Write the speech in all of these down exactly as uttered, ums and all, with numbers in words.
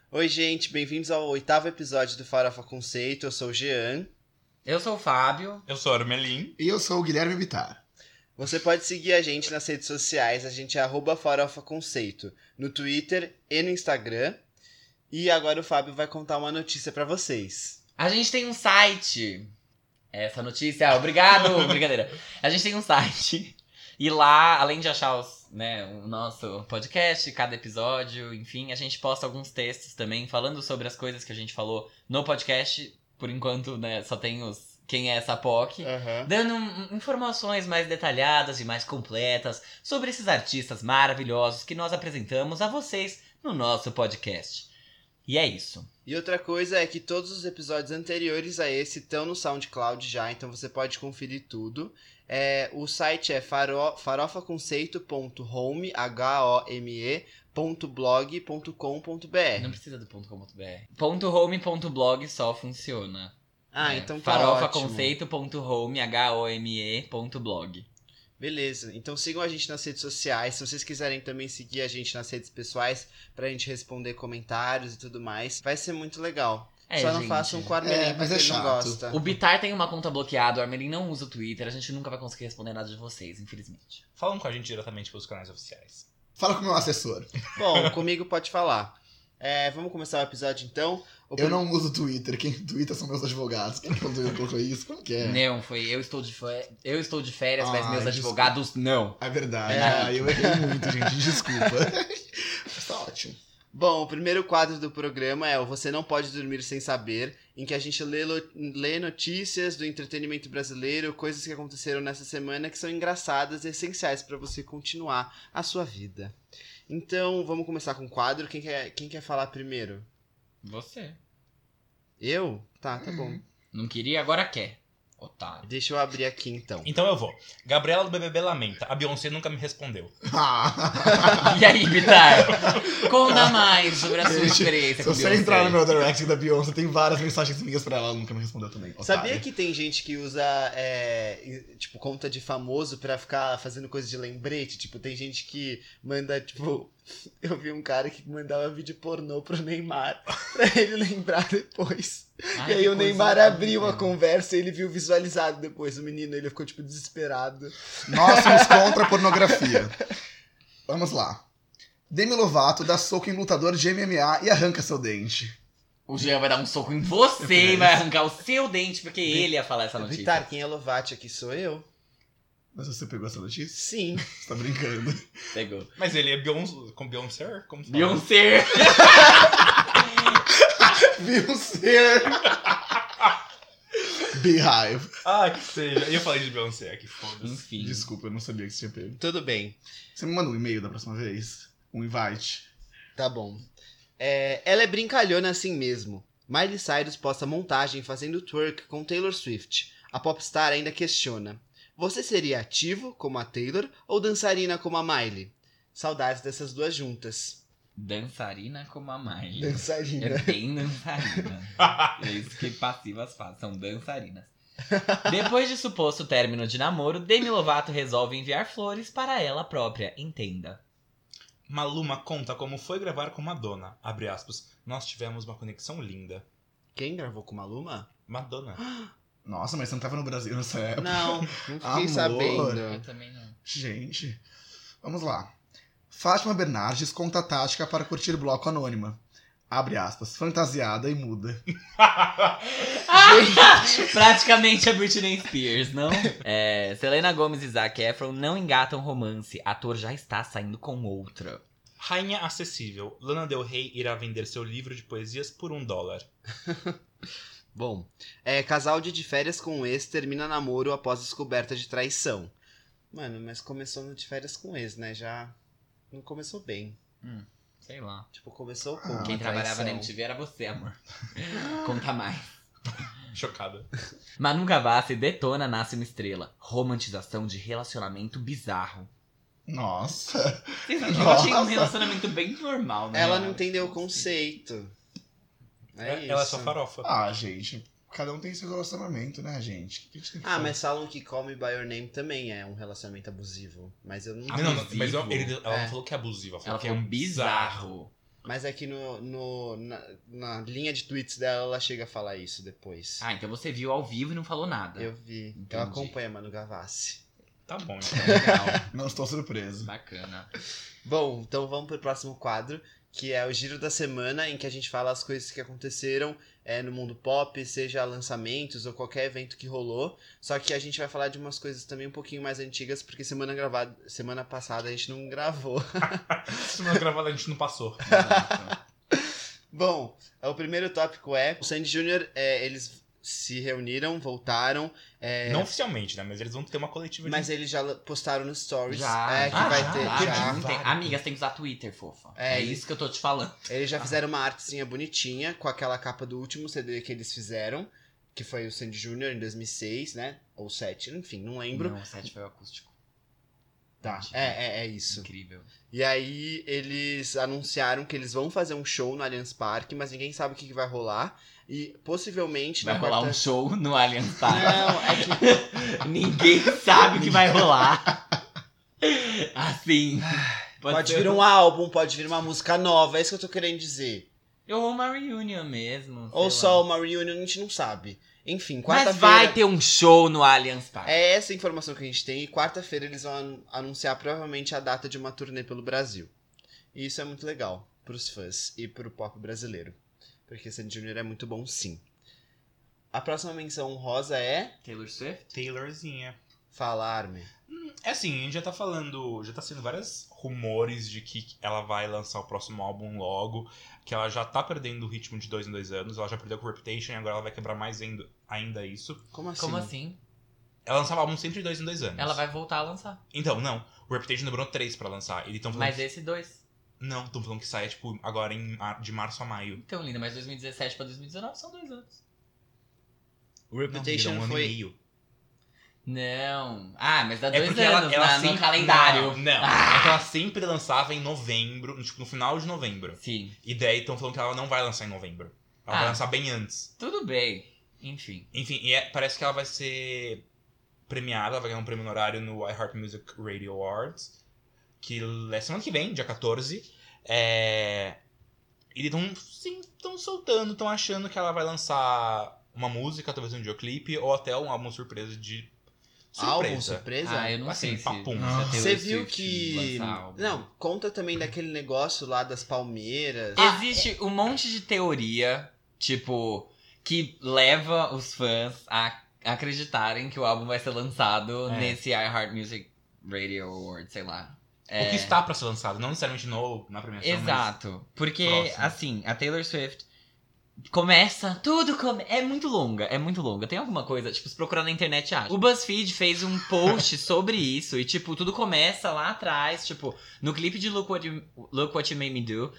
Oi, gente, bem-vindos ao oitavo episódio do Farofa Conceito. Eu sou o Jean. Eu sou o Fábio. Eu sou o Armelin. E eu sou o Guilherme Bittar. Você pode seguir a gente nas redes sociais, a gente é arroba Farofa Conceito, no Twitter e no Instagram. E agora o Fábio vai contar uma notícia pra vocês. A gente tem um site. Essa notícia, obrigado, brincadeira. A gente tem um site. E lá, além de achar os, né, o nosso podcast, cada episódio, enfim, a gente posta alguns textos também falando sobre as coisas que a gente falou no podcast. Por enquanto, né, só tem os quem é essa P O C, Uhum. dando um, informações mais detalhadas e mais completas sobre esses artistas maravilhosos que nós apresentamos a vocês no nosso podcast. E é isso. E outra coisa é que todos os episódios anteriores a esse estão no SoundCloud já, então você pode conferir tudo. É, o site é faro, farofaconceito ponto home, H O M E, ponto blog ponto com ponto b r. Não precisa do .com.br. Ponto .home, ponto .blog só funciona. Ah, É, então tá ótimo. farofaconceito ponto home, H O M E, ponto .blog. Beleza, então sigam a gente nas redes sociais. Se vocês quiserem também seguir a gente nas redes pessoais pra gente responder comentários e tudo mais, vai ser muito legal. É, Só não gente. façam com o Armelin, É, mas porque é ele não chato. gosta. O Bittar tem uma conta bloqueada, o Armelin não usa o Twitter, a gente nunca vai conseguir responder nada de vocês, infelizmente. Falam com a gente diretamente pelos canais oficiais. Fala com o meu assessor. Bom, comigo pode falar. É, vamos começar o episódio então? O Eu não uso Twitter. Quem Twitter são meus advogados. Quem colocou isso? Como que é? Não, foi eu estou de, fé- eu estou de férias, mas Ai, meus desculpa. advogados não. É verdade. É. Ah, eu errei muito, gente. Desculpa. Mas tá ótimo. Bom, o primeiro quadro do programa é o Você Não Pode Dormir Sem Saber, em que a gente lê, lo- lê notícias do entretenimento brasileiro, coisas que aconteceram nessa semana que são engraçadas e essenciais pra você continuar a sua vida. Então, vamos começar com o quadro. Quem quer, quem quer falar primeiro? Você. Eu? Tá, tá bom. Não queria, agora quer. Otário. Deixa eu abrir aqui então. Então eu vou. Gabriela do B B B lamenta. A Beyoncé nunca me respondeu. Ah. E aí, Bittar? Conta mais sobre a sua Gente, experiência Se com você Beyoncé. entrar no meu direct da Beyoncé, tem várias mensagens minhas pra ela. Ela nunca me respondeu também. Sabia Otária. que tem gente que usa, é, e- tipo, conta de famoso pra ficar fazendo coisa de lembrete? Tipo, tem gente que manda, tipo... Eu vi um cara que mandava vídeo pornô pro Neymar pra ele lembrar depois. Ai, e aí que o coisa Neymar horrível. abriu a conversa e ele viu visualizado depois. O menino, ele ficou, tipo, desesperado. Nós somos contra a pornografia. Vamos lá. Demi Lovato dá soco em lutador de M M A e arranca seu dente. O Jean vai dar um soco em você e vai arrancar o seu dente, porque ele ia falar essa notícia. Vitar, quem é Lovati aqui sou eu? Mas você pegou essa notícia? Sim. Você tá brincando. Pegou. Mas ele é Beyoncé, com Beyoncé? Como se fala? Beyoncé. Beyoncé. Beehive. Ah, que seja. E eu falei de Beyoncé, que foda-se. Enfim. Desculpa, eu não sabia que você tinha pego. Tudo bem. Você me manda um e-mail da próxima vez? Um invite? Tá bom. É, ela é brincalhona assim mesmo. Miley Cyrus posta montagem fazendo twerk com Taylor Swift. A popstar ainda questiona. Você seria ativo, como a Taylor, ou dançarina como a Miley? Saudades dessas duas juntas. Dançarina como a Miley. Dançarina. É bem dançarina. É isso que passivas fazem, são dançarinas. Depois de suposto término de namoro, Demi Lovato resolve enviar flores para ela própria, entenda. Maluma conta como foi gravar com Madonna. Abre aspas. Nós tivemos uma conexão linda. Quem gravou com Maluma? Madonna. Nossa, mas você não tava no Brasil nessa época. Não, não fiquei Amor. sabendo. Eu também não. Gente, vamos lá. Fátima Bernardes conta a tática para curtir bloco anônima. Abre aspas, fantasiada e muda. Praticamente a Britney Spears, não? É, Selena Gomez e Zac Efron não engatam romance. Ator já está saindo com outra. Rainha acessível. Lana Del Rey irá vender seu livro de poesias por um dólar. Bom, é, casal de de férias com ex termina namoro após descoberta de traição. Mano, mas começou no de férias com ex, né? Já não começou bem. Hum, sei lá. Tipo, começou com Ah, Quem uma trabalhava na traição. M T V era você, amor. Conta mais. Chocada. Manu Gavassi detona Nasce uma Estrela. Romantização de relacionamento bizarro. Nossa. Vocês acham que eu achei um relacionamento bem normal, né? Ela não entendeu o conceito. É isso. Ela é só farofa. Ah, gente, cada um tem seu relacionamento, né, gente? O que a gente tem que Ah, fazer? mas falam que Call Me By Your Name também é um relacionamento abusivo. Mas eu não... Não, não, mas eu- Abusivo. ele- ela É. não falou que é abusiva, ela falou Ela que falou é um bizarro. bizarro. Mas é que no, no, na, na linha de tweets dela, ela chega a falar isso depois. Ah, então você viu ao vivo e não falou nada. Eu vi. Entendi. Eu acompanho a Manu Gavassi. Tá bom, então. Legal. Não estou surpreso. Bacana. Bom, então vamos pro próximo quadro, que é o Giro da Semana, em que a gente fala as coisas que aconteceram é, no mundo pop, seja lançamentos ou qualquer evento que rolou. Só que a gente vai falar de umas coisas também um pouquinho mais antigas, porque semana, gravada, semana passada a gente não gravou. Semana gravada a gente não passou. Exato. Bom, o primeiro tópico é... O Sandy Júnior, é, eles se reuniram, voltaram... É, Não oficialmente, né? Mas eles vão ter uma coletiva mas de... eles já postaram nos stories. Já, é, que ah, vai já, ter... já, já. já. Não tem- Amigas, tem que usar Twitter, fofa. É, É, isso que eu tô te falando. Eles já fizeram uma artezinha bonitinha com aquela capa do último C D que eles fizeram, que foi o Sandy Júnior em dois mil e seis, né? Ou sete, enfim, não lembro. Não, o set foi o acústico. Tá, é, é, é isso. Incrível. E aí eles anunciaram que eles vão fazer um show no Allianz Parque, mas ninguém sabe o que, que vai rolar. E possivelmente... Vai na rolar quarta- um show no Allianz Parque. Não, é que... Ninguém sabe o que vai rolar. Assim. Pode ser- vir um álbum, pode vir uma música nova, é isso que eu tô querendo dizer. Ou uma reunion mesmo. Ou sei só lá. uma reunion, a gente não sabe. Enfim, Mas quarta-feira... vai ter um show no Allianz Parque. É essa a informação que a gente tem. E quarta-feira eles vão anu- anunciar provavelmente a data de uma turnê pelo Brasil. E isso é muito legal pros fãs e pro pop brasileiro. Porque Sandy Júnior é muito bom, sim. A próxima menção honrosa é... Taylor Swift? Taylorzinha. Falar-me. É assim, a gente já tá falando, já tá sendo vários rumores de que ela vai lançar o próximo álbum logo, que ela já tá perdendo o ritmo de dois em dois anos, ela já perdeu com Reputation e agora ela vai quebrar mais ainda, ainda isso. Como assim? Como assim? Ela lançava álbum sempre de dois em dois anos. Ela vai voltar a lançar. Então, não, o Reputation demorou três pra lançar, eles tão falando... Mas esse dois. Não, estão falando que sai, tipo, agora em, mar- de março a maio. Então, linda, mas dois mil e dezessete pra dois mil e dezenove são dois anos. O Reputation Não, um ano foi- e meio. Não. Ah, mas dá É dois porque anos ela, ela na- sempre... no calendário. Não, não. Ah! É que ela sempre lançava em novembro, tipo, no final de novembro. Sim. E daí estão falando que ela não vai lançar em novembro. Ela Ah. vai lançar bem antes. Tudo bem. Enfim. Enfim, e é- parece que ela vai ser premiada, ela vai ganhar um prêmio honorário no iHeart Music Radio Awards, que é semana que vem, dia quatorze. É... E eles estão, sim, estão soltando, estão achando que ela vai lançar uma música, talvez um videoclipe, ou até um álbum surpresa de surpresa. Álbum surpresa? Ah, eu não Assim, sei se, papum. se a Taylor Você viu Swift que... lançar álbum. Não, conta também daquele negócio lá das palmeiras. Existe um monte de teoria, tipo, que leva os fãs a acreditarem que o álbum vai ser lançado É. nesse iHeart Music Radio Award, sei lá. O É, que está pra ser lançado, não necessariamente no, na premiação, Exato. Porque, próximo. assim, a Taylor Swift começa. Tudo come... É muito longa, é muito longa. Tem alguma coisa, tipo, se procurar na internet, acha. O BuzzFeed fez um post sobre isso. E, tipo, tudo começa lá atrás, tipo, no clipe de Look What You, Look What You Made Me Do.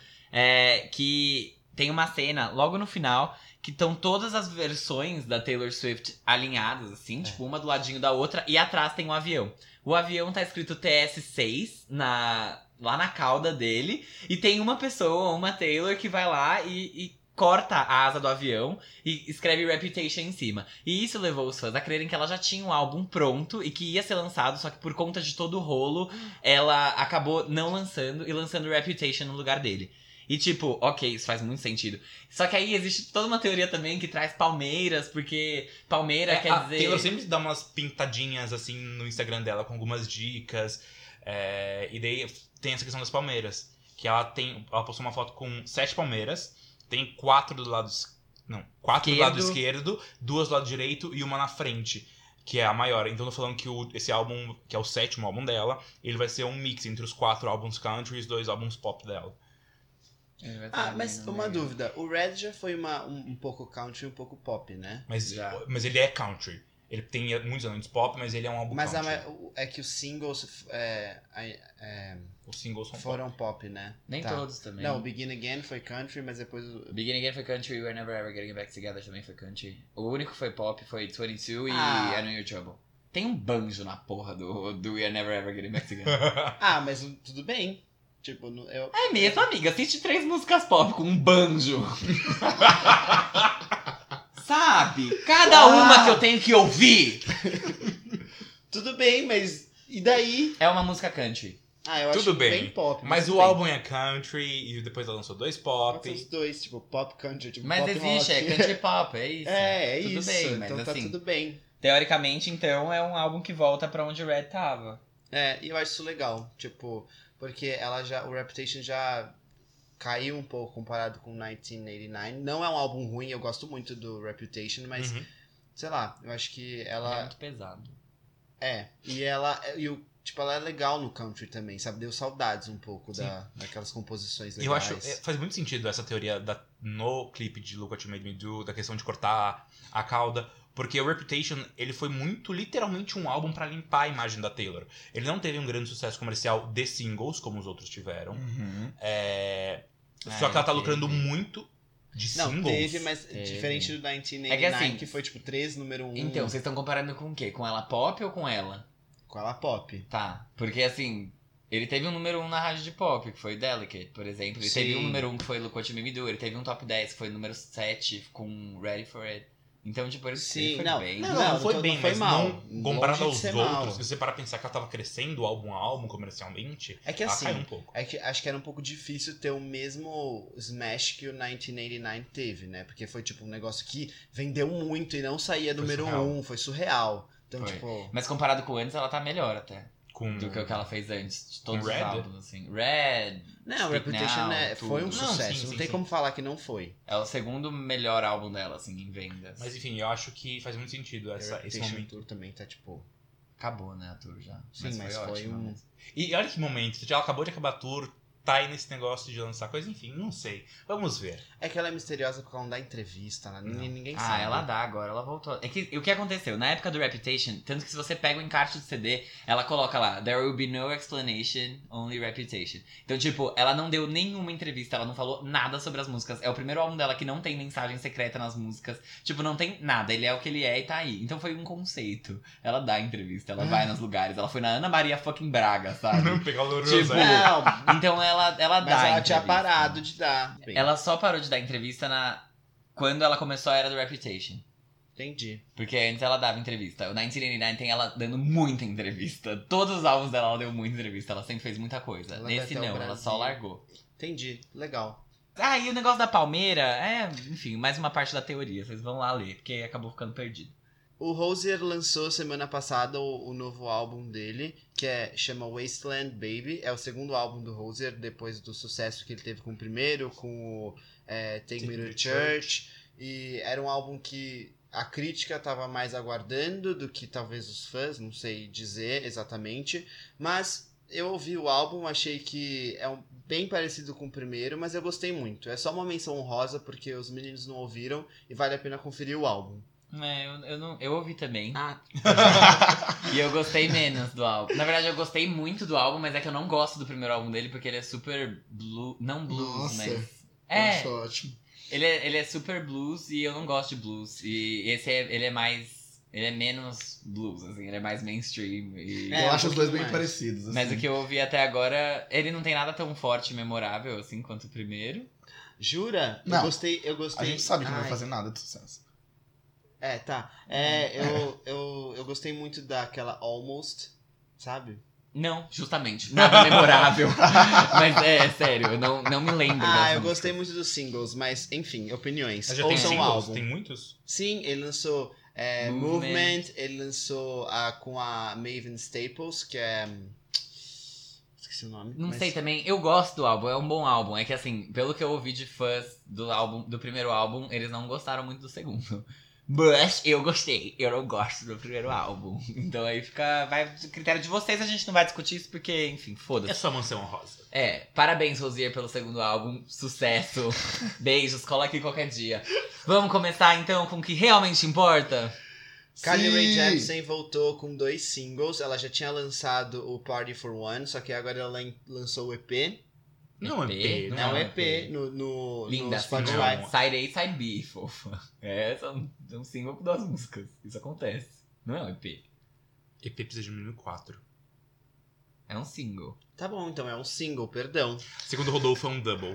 É, que tem uma cena logo no final que estão todas as versões da Taylor Swift alinhadas, assim, tipo, uma do ladinho da outra, e atrás tem um avião. O avião tá escrito T S seis na, lá na cauda dele, e tem uma pessoa, uma Taylor, que vai lá e, e corta a asa do avião e escreve Reputation em cima. E isso levou os fãs a crerem que ela já tinha um álbum pronto e que ia ser lançado, só que por conta de todo o rolo, ela acabou não lançando e lançando Reputation no lugar dele. E tipo, ok, isso faz muito sentido. Só que aí existe toda uma teoria também que traz palmeiras, porque palmeira É, quer a dizer... Taylor sempre dá umas pintadinhas assim no Instagram dela com algumas dicas. é, e daí tem essa questão das palmeiras. Que ela tem. Ela postou uma foto com sete palmeiras. Tem quatro do lado. es- Não, quatro do lado esquerdo, duas do lado direito e uma na frente. Que é a maior. Então eu tô falando que o, esse álbum, que é o sétimo álbum dela, ele vai ser um mix entre os quatro álbuns country e os dois álbuns pop dela. Ah, mas uma dúvida. O Red já foi uma, um, um pouco country e um pouco pop, né? Mas, Já. mas ele é country. Ele tem muitos elementos pop, mas ele é um álbum Mas a, country. ma- o- é que os singles é, é, é, Os singles são pop. foram pop, né? Nem Tá. todos também. Não, o Begin Again foi country, mas depois... o- Beginning Again foi country, We're Never Ever Getting Back Together também foi country. O único que foi pop foi vinte e dois e Ah. I Know Your Trouble. Tem um banjo na porra do, do We're Never Ever Getting Back Together. Ah, mas tudo bem. Tipo, no- eu... É mesmo, amiga. Assiste três músicas pop com um banjo. Sabe? Cada Ah. uma que eu tenho que ouvir Tudo bem, mas... E daí? é uma música country. Ah, eu acho Tudo bem, bem pop. Mas tudo o bem. álbum é country e depois ela lançou dois Pode pop. ser os dois, tipo, pop country, tipo, Mas pop existe, rock. é country pop, é isso. É, é tudo isso. bem, mas então tá assim, tudo bem. teoricamente, então, é um álbum que volta pra onde o Red tava. É, e eu acho isso legal, tipo, porque ela já, o Reputation já caiu um pouco comparado com mil novecentos e oitenta e nove. Não é um álbum ruim, eu gosto muito do Reputation, mas, Uhum. sei lá, eu acho que Ele é ela... muito pesado. É, e ela, e o, tipo, ela é legal no country também, sabe? Deu saudades um pouco da, daquelas composições legais. Eu acho, é, faz muito sentido essa teoria da, no clipe de Look What You Made Me Do, da questão de cortar a cauda, porque o Reputation, ele foi muito, literalmente, um álbum pra limpar a imagem da Taylor. Ele não teve um grande sucesso comercial de singles, como os outros tiveram. Uhum. É, Ah, só que ela tá ele lucrando teve. muito de Não, singles. teve, mas Teve. diferente do mil novecentos e oitenta e nove, É que assim, que foi, tipo, três, número um, Então, vocês estão comparando com o quê? Com ela pop ou com ela? com ela pop. Tá, porque assim, ele teve um número um na rádio de pop, que foi Delicate, por exemplo. Ele Sim. teve um número um que foi Look What You Made Me Do. Ele teve um top dez que foi número sete com Ready For It. Então, tipo, ele, Sim, ele foi não, bem. Não, Não, não, não foi tô- bem, não foi mas mal. não comparado Longe de aos ser outros, mal. se você parar pra pensar que ela tava crescendo álbum a álbum comercialmente, É que ela assim, caiu um pouco. é que, acho que era um pouco difícil ter o mesmo smash que o mil novecentos e oitenta e nove teve, né? Porque foi tipo um negócio que vendeu muito e não saía Foi número surreal. um, foi surreal. Então, Foi. tipo, Mas comparado com antes, ela tá melhor até. Com... Do que o que ela fez antes, de todos Com os Red? álbuns, assim. Red não, o Speak Reputation Now, é, foi um tudo. Não, sucesso. sim, Não sim, tem sim. como falar que não foi. é o segundo melhor álbum dela, assim, em vendas. Mas enfim, eu acho que faz muito sentido o essa, esse Reputation momento. Tour também tá, tipo... Acabou, né, a tour já. Sim, mas foi ótima um- mesmo. E olha que momento, ela acabou de acabar a tour, tá aí nesse negócio de lançar coisa, enfim, não sei. Vamos ver. É que ela é misteriosa porque ela não dá entrevista, né? Ninguém, ninguém Ah, sabe. ela dá agora, ela voltou. É que o que aconteceu? Na época do Reputation, tanto que se você pega o encarte do C D, ela coloca lá, There will be no explanation, only Reputation. Então, tipo, ela não deu nenhuma entrevista, ela não falou nada sobre as músicas. É o primeiro álbum dela que não tem mensagem secreta nas músicas. Tipo, não tem nada, ele é o que ele é e tá aí. Então foi um conceito. Ela dá entrevista, ela vai nos lugares. Ela foi na Ana Maria fucking Braga, sabe? Não pegar o Tipo, Louro Não, Então ela, ela mas dá ela tinha entrevista. parado de dar. Bem, Ela só parou de dar entrevista na... quando ela começou a era do Reputation. Entendi. Porque antes ela dava entrevista. O mil novecentos e oitenta e nove tem ela dando muita entrevista. Todos os álbuns dela ela deu muita entrevista. Ela sempre fez muita coisa. Ela vai Nesse até o não, ela Brasil. só largou. Entendi. Legal. Ah, e o negócio da Palmeira, é, enfim, mais uma parte da teoria. Vocês vão lá ler, porque acabou ficando perdido. O Hozier lançou semana passada o, o novo álbum dele, que é, chama Wasteland Baby. É o segundo álbum do Hozier, depois do sucesso que ele teve com o primeiro, com o é, Take Me to Church. E era um álbum que a crítica estava mais aguardando do que talvez os fãs, não sei dizer exatamente. Mas eu ouvi o álbum, achei que é um, bem parecido com o primeiro, mas eu gostei muito. É só uma menção honrosa porque os meninos não ouviram e vale a pena conferir o álbum. É, eu, eu, não, eu ouvi também. Ah, E eu gostei menos do álbum. Na verdade, eu gostei muito do álbum, mas é que eu não gosto do primeiro álbum dele, porque ele é super blues. Não blues, Nossa, mas. Eu É, acho ótimo. ele é, ele é super blues e eu não gosto de blues. E esse é, ele é mais. Ele é menos blues, assim, ele é mais mainstream. E... É, eu um acho os dois bem pouquinho mais. parecidos. Assim. Mas o que eu ouvi até agora, ele não tem nada tão forte e memorável assim quanto o primeiro. jura? Eu Não. gostei, eu gostei. A gente sabe que não Ai, vai fazer nada de sucesso. É, tá. É, eu, eu, eu gostei muito daquela Almost, sabe? Não, justamente. Nada memorável. Mas é, sério, eu não, não me lembro. Ah, das eu músicas. gostei muito dos singles, mas enfim, opiniões. Mas já tem Ouçam o singles? álbum. Tem muitos? Sim, ele lançou é, Movement. Movement, ele lançou a, com a Maven Staples, que é. Esqueci o nome. Não mas- sei também, eu gosto do álbum, é um bom álbum. É que assim, pelo que eu ouvi de fãs do álbum, do primeiro álbum, eles não gostaram muito do segundo. Mas eu gostei, eu não gosto do primeiro álbum. Então aí fica. Vai do critério de vocês, a gente não vai discutir isso porque, enfim, É foda-se. só mansão rosa. É, parabéns, Rosier, pelo segundo álbum. Sucesso. Beijos, cola aqui qualquer dia. Vamos começar então com o que realmente importa? Carly Rae Sim. Jepsen voltou com dois singles. Ela já tinha lançado o Party for One, só que agora ela lan- lançou o E P. Não é E P? P, Não, Não, é o é E P no, no, Linda, no Spotify. Não. Side A e Side B, fofa. É, são um single com duas músicas. Isso acontece. Não é um E P. E P precisa diminuir quatro. É um single. Tá bom, então é um single, perdão. Segundo o Rodolfo, é um double.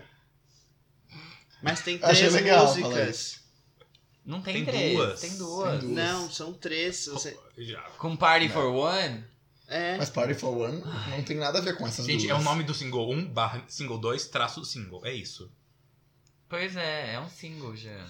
Mas tem Achei três legal falar músicas. Não tem, Tem três, duas. tem duas. Tem duas. Não, são três. Você... Já. Com Party for One? É. Mas Party for One não tem nada a ver com essas Gente, duas. é o nome do single um barra single dois traço single. É isso. Pois é, é um single já.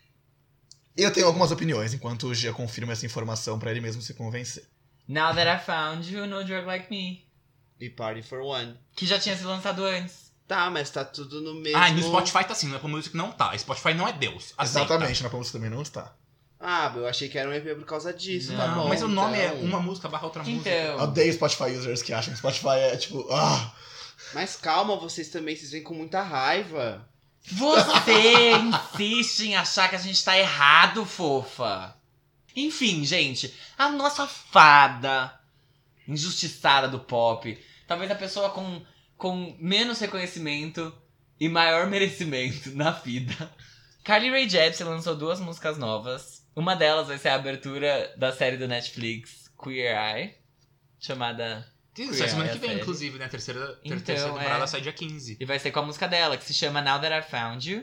Eu tenho algumas opiniões, enquanto o Gia confirma essa informação pra ele mesmo se convencer. Now That I Found You, No Drug Like Me. E Party for One. Que já tinha sido lançado antes. Tá, mas tá tudo no mesmo... Ah, e no Spotify tá assim, no Apple Music não tá. Spotify não é Deus. Aceita. Exatamente, na música também não está. Ah, eu achei que era um E P por causa disso, Não, tá bom. Mas o nome então. é uma música barra outra música. Então. Odeio Spotify users que acham que Spotify é tipo... Ah, Mas calma, vocês também, vocês vêm com muita raiva. Você insiste em achar que a gente tá errado, fofa. Enfim, gente, a nossa fada injustiçada do pop. Talvez a pessoa com, com menos reconhecimento e maior merecimento na vida. Carly Rae Jepsen lançou duas músicas novas. Uma delas vai ser a abertura da série do Netflix Queer Eye, chamada... Isso, sai semana É, que a vem, série. inclusive, né? A terceira, ter- Então, terceira temporada é. sai dia quinze. E vai ser com a música dela, que se chama Now That I Found You.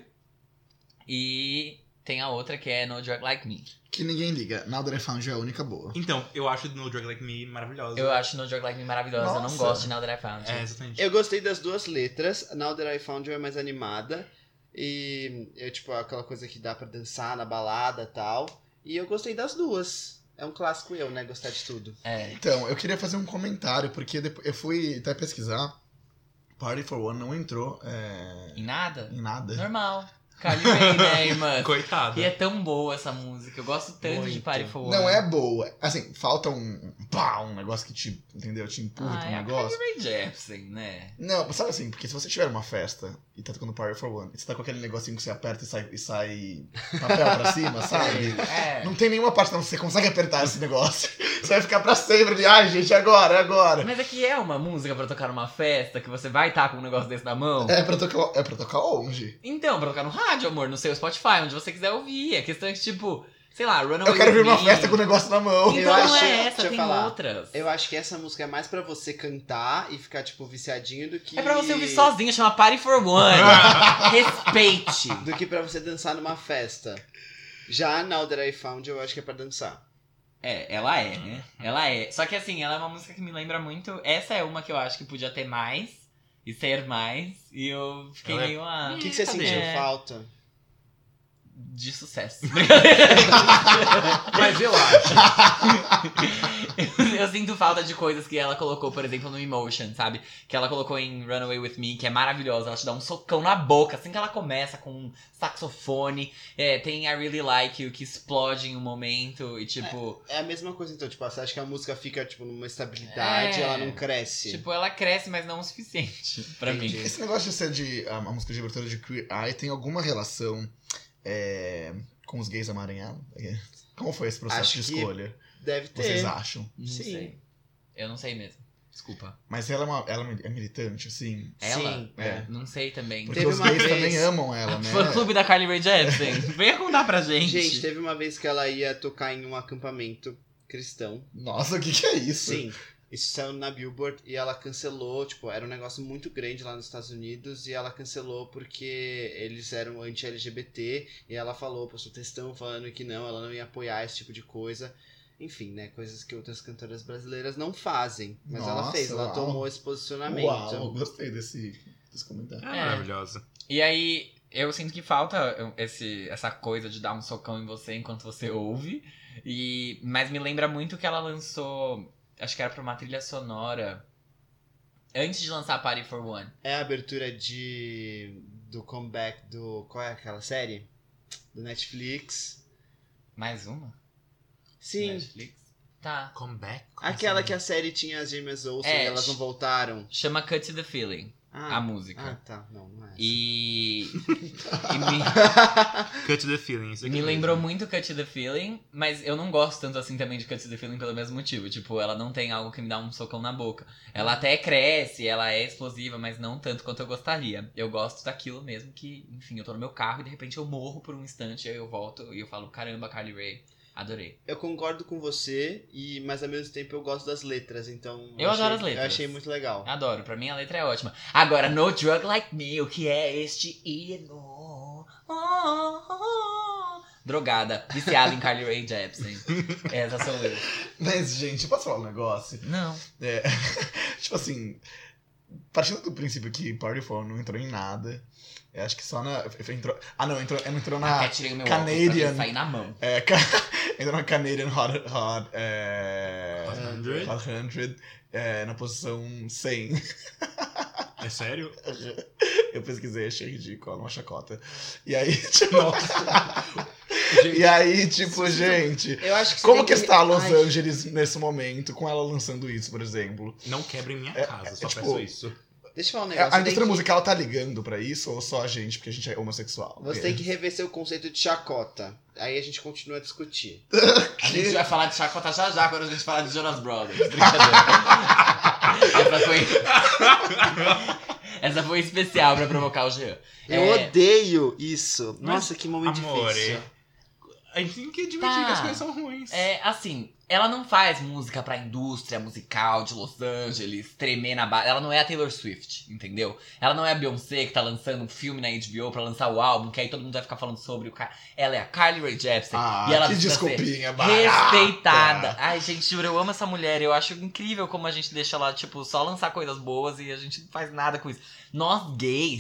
E tem a outra que é No Drug Like Me. que ninguém liga. Now That I Found You é a única boa. Então, eu acho No Drug Like Me maravilhosa. Eu acho No Drug Like Me maravilhosa, eu não Nossa. gosto de Now That I Found You. É, exatamente. Eu gostei das duas letras. Now That I Found You é mais animada. E é tipo aquela coisa que dá pra dançar na balada e tal. E eu gostei das duas. É um clássico eu, né? Gostar de tudo. É. Então, eu queria fazer um comentário, porque depois eu fui até pesquisar. Party for One não entrou é, Em nada? em nada. Normal. Carly Rae, né, irmã? Coitada. E é tão boa essa música. Eu gosto tanto de Muito. Party for One. Não é boa. Assim, falta um, um pá, um negócio que te, entendeu? Te empurra Ah, pra é um a negócio. Carly Rae Jepsen, né? Não, sabe assim, porque se você tiver uma festa e tá tocando Party for One, e você tá com aquele negocinho que você aperta e sai, e sai papel pra cima, sabe? É. Não tem nenhuma parte que você consegue apertar esse negócio. Você vai ficar pra sempre ali, ai gente, agora, é agora. Mas é que é uma música pra tocar numa festa, que você vai estar com um negócio desse na mão. É pra tocar, é pra tocar onde? Então, pra tocar no rádio, amor, no seu Spotify, onde você quiser ouvir. A questão é que, tipo, sei lá, Runaway Eu quero ver With uma Me. festa com o negócio na mão. Então Eu não acho- é deixa essa, eu tem falar. outras. Eu acho que essa música é mais pra você cantar e ficar, tipo, viciadinho do que... É pra você ouvir sozinho, chama Party for One. Respeite. Do que pra você dançar numa festa. Já Now That I Found You, eu acho que é pra dançar. É, ela é, né? Ela é. Só que assim, ela é uma música que me lembra muito. Essa é uma que eu acho que podia ter mais e ser mais. E eu fiquei Ela é- meio. Ah, O que, que você cadê? sentiu É. falta? de sucesso. Mas eu acho. eu, eu sinto falta de coisas que ela colocou, por exemplo, no Emotion, sabe? Que ela colocou em Runaway With Me, que é maravilhosa. Ela te dá um socão na boca, assim que ela começa, com um saxofone. É, tem I Really Like You, que explode em um momento e, tipo... É a mesma coisa, então, tipo, você acha que a música fica, tipo, numa estabilidade, É. ela não cresce. Tipo, ela cresce, mas não o suficiente pra Entendi. mim. Esse negócio de ser de a, a música de abertura de Queer Eye tem alguma relação é, com os gays amaranhados? Como foi esse processo Acho de que escolha? Deve ter. Vocês acham? Não Sim. sei. Eu não sei mesmo. Desculpa. Mas ela é, uma, ela é militante, assim? Ela? Sim, É. Não sei também. Porque Teve os uma gays vez- também amam ela, né? Fã clube da Carly Rae Jepsen. Venha contar pra gente. Gente, teve uma vez que ela ia tocar em um acampamento cristão. Nossa, o que, que é isso? Sim. Isso saiu na Billboard e ela cancelou, tipo, era um negócio muito grande lá nos Estados Unidos e ela cancelou porque eles eram anti-L G B T e ela falou, postou textão falando que não, ela não ia apoiar esse tipo de coisa. Enfim, né, coisas que outras cantoras brasileiras não fazem, mas ela Nossa, fez, ela uau. tomou esse posicionamento. Uau, gostei desse, desse comentário. É, É. maravilhosa. E aí, eu sinto que falta esse, essa coisa de dar um socão em você enquanto você ouve. E, mas me lembra muito que ela lançou, acho que era pra uma trilha sonora, antes de lançar Party for One. É a abertura de do comeback do... Qual é aquela série? Do Netflix. Mais uma? Sim, Netflix? Tá. Comeback? Como aquela assim? que a série tinha as gêmeas Olsen É, e elas não voltaram. Chama Cut to the Feeling, Ah, a música. ah, tá, não, não é essa. E, e me, Cut to the Feelings. me lembrou muito Cut to the Feeling, mas eu não gosto tanto assim também de Cut to the Feeling pelo mesmo motivo. Tipo, ela não tem algo que me dá um socão na boca. Ela até cresce, ela é explosiva, mas não tanto quanto eu gostaria. Eu gosto daquilo mesmo que, enfim, eu tô no meu carro e de repente eu morro por um instante, aí eu volto e eu falo, caramba, Carly Rae, adorei. Eu concordo com você, e, mas ao mesmo tempo eu gosto das letras, então... Eu achei- adoro as letras. Eu achei muito legal. Adoro, pra mim a letra é ótima. Agora, No Drug Like Me, o que é este hino? Oh, oh, oh. drogada, viciada em Carly Rae Jepsen. Essa sou eu. Mas, gente, posso falar um negócio? Não. É, tipo assim, partindo do princípio que Party Phone não entrou em nada, eu acho que só na... Entrou, ah, não, entrou, não entrou na... Até tirei o meu óculos pra Canadian. sair na mão. É, ca- entrou na Canadian Hot... Hot, é, cem. Hot cem, é, na posição cem. É sério? Eu pesquisei, achei ridículo, uma chacota. E aí, tipo... Nossa. E aí, tipo, gente... Eu acho que você Como tem que está Los Ai, Angeles nesse momento, com ela lançando isso, por exemplo? Não quebre minha É, casa, é, só tipo, peço isso. Deixa eu falar um A negócio. você indústria tem que- musical tá ligando pra isso ou só a gente, porque a gente é homossexual? Você tem que rever seu conceito de chacota. Aí a gente continua a discutir. A gente vai falar de chacota já já quando a gente falar de Jonas Brothers. Brincadeira. Essa foi... Essa foi especial pra provocar o Jean. Eu É, odeio isso. Mas, Nossa, que momento amore, difícil. A gente tem que admitir Tá. que as coisas são ruins. É, assim, ela não faz música pra indústria musical de Los Angeles, tremer na base. Ela não é a Taylor Swift, entendeu? Ela não é a Beyoncé que tá lançando um filme na H B O pra lançar o álbum, que aí todo mundo vai ficar falando sobre o cara. Ela é a Carly Rae Jepsen. Ah, e ela que precisa ser desculpinha barata. respeitada. Ai, gente, juro, eu amo essa mulher. Eu acho incrível como a gente deixa ela, tipo, só lançar coisas boas e a gente não faz nada com isso. Nós gays.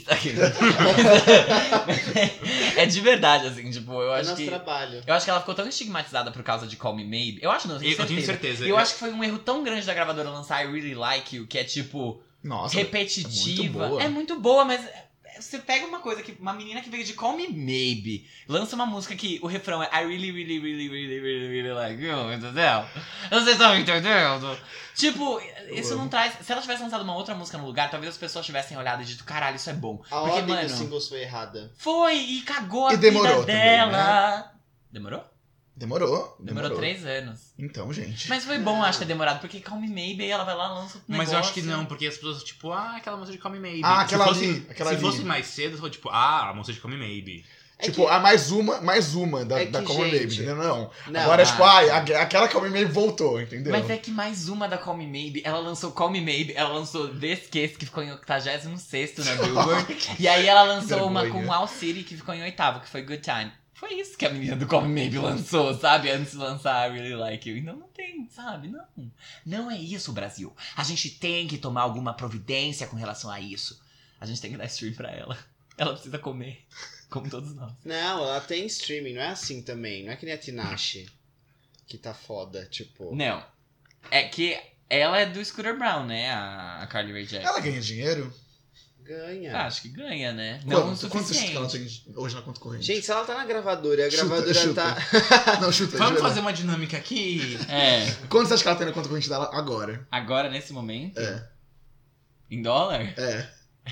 É de verdade, assim, tipo, eu É acho nosso que. trabalho. Eu acho que ela ficou tão estigmatizada por causa de Call Me Maybe. Eu acho, não, eu tenho Eu, eu certeza. tenho certeza. E eu acho que foi um erro tão grande da gravadora lançar I Really Like You, que é tipo, Nossa, repetitiva. é muito boa. É muito boa, mas você pega uma coisa que. Uma menina que veio de Call Me Maybe, lança uma música que o refrão é I really, really, really, really, really, really like you, entendeu? Vocês estão entendendo? Tipo, isso não traz. Se ela tivesse lançado uma outra música no lugar, talvez as pessoas tivessem olhado e dito, caralho, isso é bom. A Porque, ordem mano, dos singles foi errada. foi e cagou a E demorou vida também, dela. Demorou? Demorou, Demorou demorou. três anos. Então, gente. Mas foi bom, acho, ter demorado, porque Call Me Maybe, ela vai lá, lança o negócio. Mas eu acho que não, porque as pessoas, tipo, ah, aquela música de Call Me Maybe. Ah, Se aquela fosse- ali, aquela Se ali. fosse mais cedo, foi tipo, ah, a música de Call Me Maybe. É Tipo, que- a mais uma, mais uma da, É da que, Common gente, Baby, entendeu? Não. Não, Agora é ah, tipo, ai, a- aquela Common Baby voltou, entendeu? Mas é que mais uma da Call Me Maybe, ela lançou Call Me Maybe, ela lançou This Kiss, que ficou em oitagésimo sexto na Billboard, e aí ela lançou uma vergonha. com All City, que ficou em oitavo, que foi Good Time. Foi isso que a menina do Call Me Maybe lançou, sabe? Antes de lançar I Really Like You. Então não tem, sabe? Não. Não é isso, Brasil. A gente tem que tomar alguma providência com relação a isso. A gente tem que dar stream pra ela. Ela precisa comer, como todos nós. Não, ela tem streaming, não é assim também. Não é que nem a Tinashe, que tá foda, tipo... Não. É que ela é do Scooter Brown, né? A, a Carly Rae Jepsen. Ela ganha dinheiro? Ganha. Ah, acho que ganha, né? Não o Quanto, quanto você acha suficiente. que ela tem hoje na conta corrente? Gente, se ela tá na gravadora e a Chuta, gravadora chuta. tá... Não, chuta. Vamos de fazer verdade. uma dinâmica aqui. É, Quanto você acha que ela tem na conta corrente dela agora? agora nesse momento, É. em dólar? É.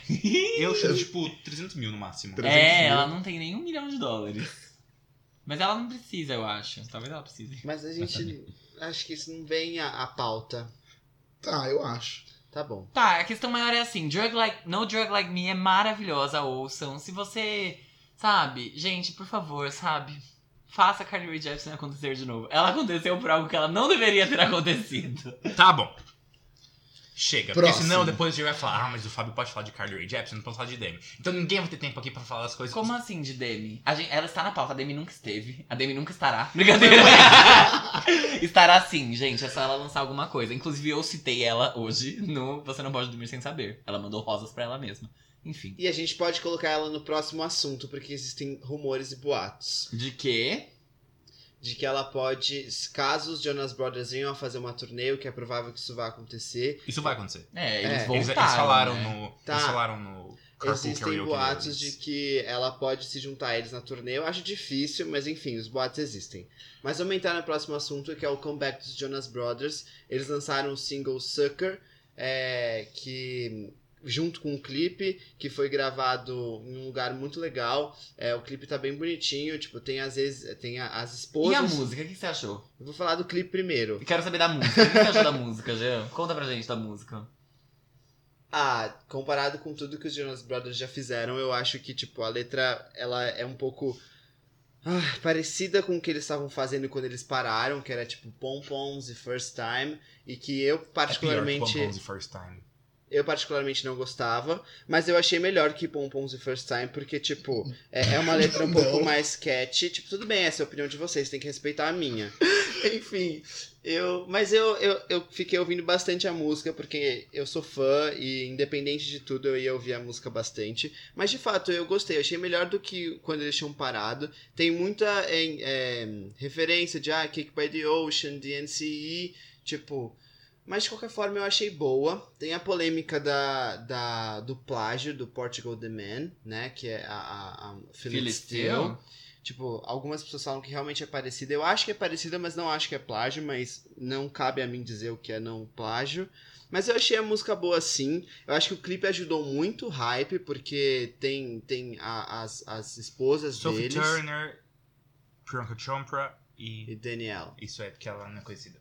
Eu chuto, tipo, trezentos mil no máximo. trezentos É, mil. ela não tem nem um milhão de dólares. Mas ela não precisa, eu acho. Talvez ela precise. Mas a gente... Acho que isso não vem à, à pauta. Tá, eu acho. Tá bom. Tá, a questão maior é assim, Drug Like, No Drug Like Me é maravilhosa, ouçam. Se você, sabe, gente, por favor, sabe, faça a Carly Rae Jepsen acontecer de novo. Ela aconteceu por algo que ela não deveria ter acontecido. Tá bom. Chega, Próximo. porque senão depois a gente vai falar, ah, mas o Fábio pode falar de Carly Rae Jepsen, não pode falar de Demi. Então ninguém vai ter tempo aqui pra falar as coisas. Como assim de Demi? A gente- ela está na pauta, a Demi nunca esteve. A Demi nunca estará. Brincadeira. Estará sim, gente. É só ela lançar alguma coisa. Inclusive, eu citei ela hoje no Você Não Pode Dormir Sem Saber. Ela mandou rosas pra ela mesma. Enfim. E a gente pode colocar ela no próximo assunto, porque existem rumores e boatos. De quê? De que ela pode, caso os Jonas Brothers venham a fazer uma turnê, o que é provável que isso vá acontecer, Isso vai acontecer. É, eles É. voltaram, Eles, eles falaram né? no. Tá. Eles falaram no. Carpool existem Karaoke boatos deles. de que ela pode se juntar a eles na turnê. Eu acho difícil, mas enfim, os boatos existem. Mas vamos entrar no próximo assunto, que é o comeback dos Jonas Brothers. Eles lançaram o single Sucker, é, que... junto com um clipe que foi gravado em um lugar muito legal. É, o clipe tá bem bonitinho, tipo, tem às vezes tem a- as esposas. E a música, o que você achou? Eu vou falar do clipe primeiro. Eu quero saber da música. O que você achou da música, Jean? Conta pra gente da música. Ah, comparado com tudo que os Jonas Brothers já fizeram, eu acho que, tipo, a letra, ela é um pouco ah, parecida com o que eles estavam fazendo quando eles pararam, que era, tipo, Pom Poms e First Time, e que eu, É pior que particularmente... Pom Poms e First Time. Eu particularmente não gostava, mas eu achei melhor que Pompons e First Time, porque, tipo, é, é uma letra um Não. pouco mais catchy. Tipo, tudo bem, essa é a opinião de vocês, tem que respeitar a minha. Enfim, eu... Mas eu, eu, eu fiquei ouvindo bastante a música, porque eu sou fã e, independente de tudo, eu ia ouvir a música bastante. Mas, de fato, eu gostei. Eu achei melhor do que quando eles tinham parado. Tem muita é, é, referência de, ah, Kick by the Ocean, D N C E, tipo... Mas, de qualquer forma, eu achei boa. Tem a polêmica da, da, do plágio do Portugal The Man, né? Que é a, a, a Philip Steele. Tipo, algumas pessoas falam que realmente é parecida. Eu acho que é parecida, mas não acho que é plágio. Mas não cabe a mim dizer o que é não plágio. Mas eu achei a música boa sim. Eu acho que o clipe ajudou muito o hype, porque tem, tem a, as, as esposas Sophie deles. Turner, Priyanka Chopra e... E Danielle. Isso é, porque ela não é conhecida.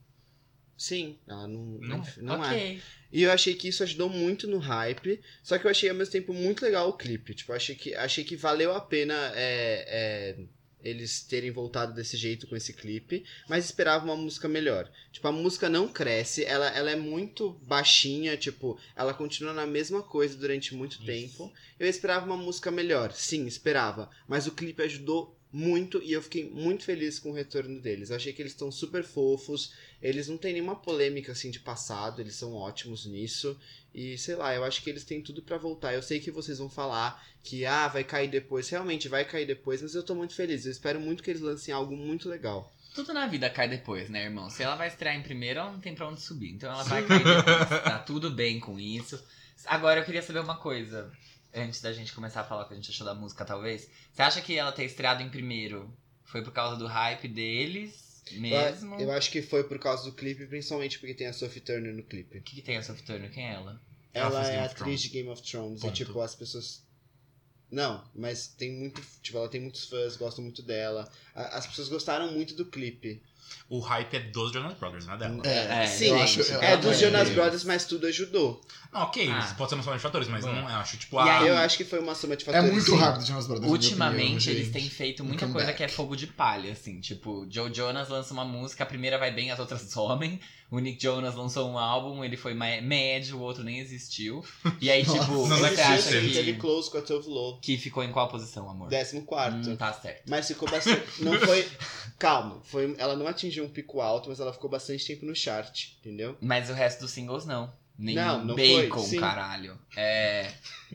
Sim, ela não, não, Não? não é. Ok. E eu achei que isso ajudou muito no hype, só que eu achei ao mesmo tempo muito legal o clipe. Tipo, eu achei que, achei que valeu a pena é, é, eles terem voltado desse jeito com esse clipe, mas esperava uma música melhor. Tipo, a música não cresce, ela, ela é muito baixinha, tipo, ela continua na mesma coisa durante muito Isso. tempo. Eu esperava uma música melhor, sim, esperava, mas o clipe ajudou muito e eu fiquei muito feliz com o retorno deles. Eu achei que eles estão super fofos, eles não têm nenhuma polêmica assim de passado, eles são ótimos nisso. E sei lá, eu acho que eles têm tudo pra voltar. Eu sei que vocês vão falar que ah, vai cair depois, realmente vai cair depois, mas eu tô muito feliz. Eu espero muito que eles lancem algo muito legal. Tudo na vida cai depois, né, irmão? Se ela vai estrear em primeiro, ela não tem pra onde subir. Então ela vai cair depois. Tá tudo bem com isso. Agora eu queria saber uma coisa. Antes da gente começar a falar o que a gente achou da música, talvez. Você acha que ela ter estreado em primeiro foi por causa do hype deles mesmo? Eu, eu acho que foi por causa do clipe, principalmente porque tem a Sophie Turner no clipe. O que, que tem a Sophie Turner? Quem é ela? Ela Ela fez é Game of atriz Thrones. de Game of Thrones. Ponto. E tipo, as pessoas. Não, mas tem muito. Tipo, ela tem muitos fãs, gostam muito dela. A- As pessoas gostaram muito do clipe. O hype é dos Jonas Brothers, não é dela. É, É, sim, eu acho- eu- é eu- dos é, Jonas é. Brothers, mas tudo ajudou. Não, ok, Ah. pode ser uma soma de fatores, mas Bom. não, eu acho, tipo, E a... aí, Eu acho que foi uma soma de É fatores. muito sim. rápido, Jonas Brothers. na minha Ultimamente opinião, eles gente. têm feito Um muita comeback. coisa que é fogo de palha, assim. Tipo, Joe Jonas lança uma música, a primeira vai bem, as outras somem. O Nick Jonas lançou um álbum, ele foi ma- médio, o outro nem existiu. E aí, Nossa. tipo, Não você existiu, acha sim. Teve que, close com a Tove Lo. que ficou em qual posição, amor? Décimo quarto. Hum, tá certo. Mas ficou bastante. Não foi. Calma. Foi... Ela não atingiu um pico alto, mas ela ficou bastante tempo no chart, entendeu? Mas o resto dos singles não. Nem Não, não Bacon, foi, sim. caralho. É...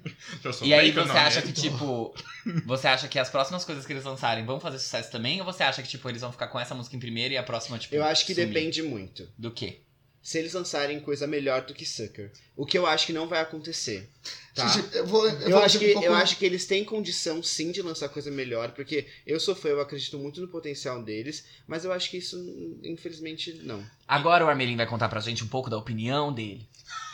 Eu sou E aí bacon, você não, acha né? que, tipo... Você acha que as próximas coisas que eles lançarem vão fazer sucesso também? Ou você acha que, tipo, eles vão ficar com essa música em primeiro e a próxima, tipo, Eu acho que sumir? depende muito. Do quê? Se eles lançarem coisa melhor do que Sucker. O que eu acho que não vai acontecer. Tá? Gente, eu vou, eu Eu, vou acho ser que, um pouco- eu acho que eles têm condição sim de lançar coisa melhor, porque eu sou fã, eu acredito muito no potencial deles, mas eu acho que isso, infelizmente, não. Agora o Armelin vai contar pra gente um pouco da opinião dele.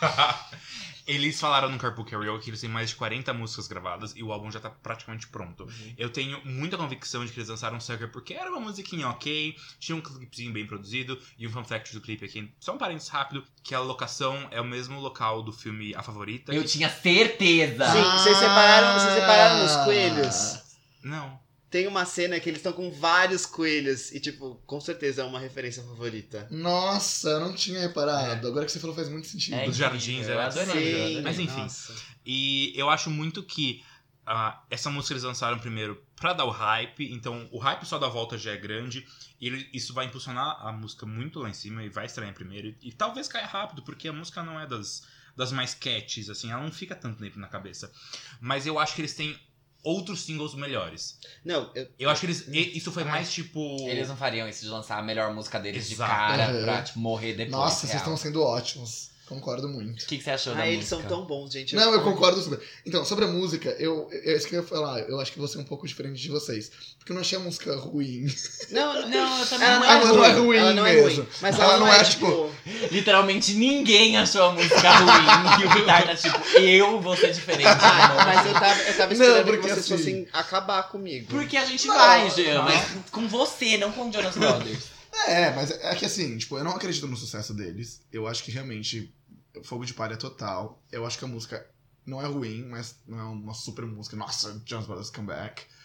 Eles falaram no Carpool Karaoke que eles têm mais de quarenta músicas gravadas e o álbum já tá praticamente pronto. Uhum. Eu tenho muita convicção de que eles lançaram Sucker porque era uma musiquinha ok, tinha um clipezinho bem produzido e um fun fact do clipe aqui. Só um parênteses rápido, que a locação é o mesmo local do filme A Favorita. Eu tinha certeza! Sim, vocês separaram, vocês separaram os coelhos? Não. Tem uma cena que eles estão com vários coelhos e, tipo, com certeza é uma referência favorita. Nossa, eu não tinha reparado. Agora que você falou faz muito sentido. É Dos incrível, jardins, eu é. adorei. Sim, Mas enfim. nossa. E eu acho muito que ah, essa música eles lançaram primeiro pra dar o hype, então o hype só da volta já é grande, e ele- isso vai impulsionar a música muito lá em cima e vai estrear em primeiro, e, e talvez caia rápido, porque a música não é das, das mais catches, assim, ela não fica tanto tempo na cabeça. Mas eu acho que eles têm outros singles melhores. Não, eu, Eu acho que eles. e- Isso foi Ah. mais tipo. Eles não fariam isso de lançar a melhor música deles Exato. de cara Uhum. pra, tipo, morrer depois. Nossa, vocês real. estão sendo ótimos. Concordo muito. O que, que você achou da ah, eles música? são tão bons, gente. Não, eu concordo super. Então, sobre a música, eu, é isso que eu ia falar. Eu acho que vou ser um pouco diferente de vocês. Porque eu não achei a música ruim. Não, não, Não, eu também ela não, não, é ela ruim, não é ruim ela não é mesmo. ruim. Mas Ela ela, não não é, é, tipo... Literalmente ninguém achou a música ruim. E o Vitar tá tipo, eu vou ser diferente. Ah, não. mas eu tava, eu tava Não, esperando que porque vocês assim- fossem acabar comigo. Porque a gente Não, vai, Jean, não. mas com você, não com o Jonas Brothers. É, mas é que assim, tipo, eu não acredito no sucesso deles. Eu acho que realmente fogo de palha total. Eu acho que a música não é ruim, mas não é uma super música. Nossa, Jonas Brothers Come Back.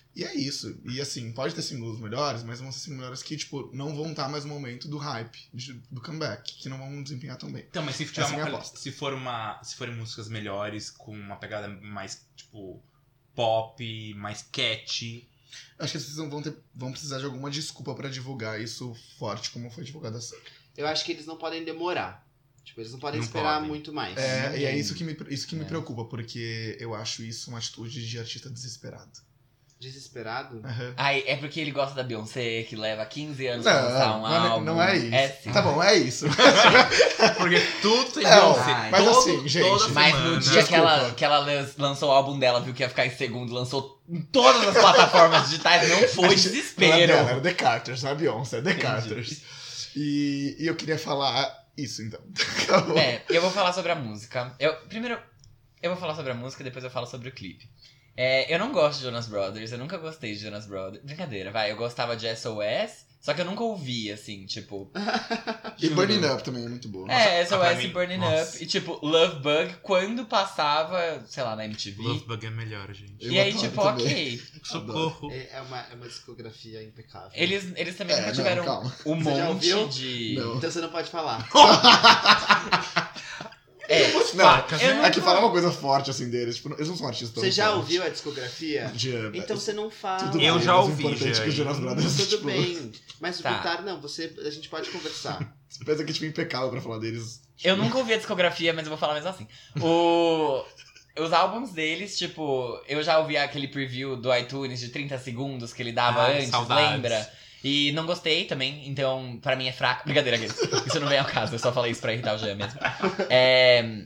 E é isso. E assim, pode ter singles melhores, mas vão ser singles melhores que, tipo, não vão estar mais no momento do hype, de, do comeback, que não vão desempenhar tão bem. Então, mas se, tiver Essa é a uma, minha quali- aposta. se for uma. Se forem músicas melhores, com uma pegada mais, tipo, pop, mais catchy. Acho que vocês vão, ter, vão precisar de alguma desculpa pra divulgar isso forte, como foi divulgado a Sucker. Eu acho que eles não podem demorar. Tipo, eles não podem Não esperar podem. muito mais. É, e é Ninguém. isso que me, isso que me É. preocupa, porque eu acho isso uma atitude de artista desesperado. Desesperado? Aham. Ai, é porque ele gosta da Beyoncé, que leva quinze anos pra lançar Não, um não é, álbum. não é isso. É sim. Tá bom, é isso. Porque tudo tem Não, Beyoncé. mas Todo- assim, gente, toda Mas semana. no dia Desculpa. que ela, que ela lan- lançou o álbum dela, viu que ia ficar em segundo, lançou em todas as plataformas digitais, não foi Não é desespero. dela, era The Carters, não é Beyoncé, é The Carters. E, e eu queria falar isso, então. Acabou. É, eu vou falar sobre a música. Eu, primeiro, eu vou falar sobre a música, depois eu falo sobre o clipe. É, eu não gosto de Jonas Brothers, eu nunca gostei de Jonas Brothers. Brincadeira, vai, eu gostava de S O S, só que eu nunca ouvi, assim, tipo... E Burning Up também é muito boa. É, S O pra S e mim- Burning nossa. Up. E tipo, Love Bug, quando passava, sei lá, na M T V. Love Bug é melhor, gente. Eu E aí, adoro tipo, também. ok. Socorro. É, é uma, é uma discografia impecável. Eles, eles também É, nunca não, tiveram calma. um Você já monte ouviu? de... Não. Então você não pode falar. É, Não, Facas, eu né? é que falar uma coisa forte assim deles, tipo, eles não são artistas tão Você já fortes. ouviu a discografia? De, Então você não fala. tudo Eu bem, já mas ouvi, O importante já, é que os Jonas e- Brothers, Tudo tipo, bem. Mas o Tá. Guitar, não, você, a gente pode conversar. você pensa que é tipo impecável pra falar deles. eu nunca ouvi a discografia, mas eu vou falar mesmo assim. O... Os álbuns deles, tipo, eu já ouvi aquele preview do iTunes de trinta segundos que ele dava Ai, antes, saudades. lembra? E não gostei também, então pra mim é fraco. Brincadeira, Guilherme. Isso não vem ao caso, eu só falei isso pra irritar o Jean mesmo. É...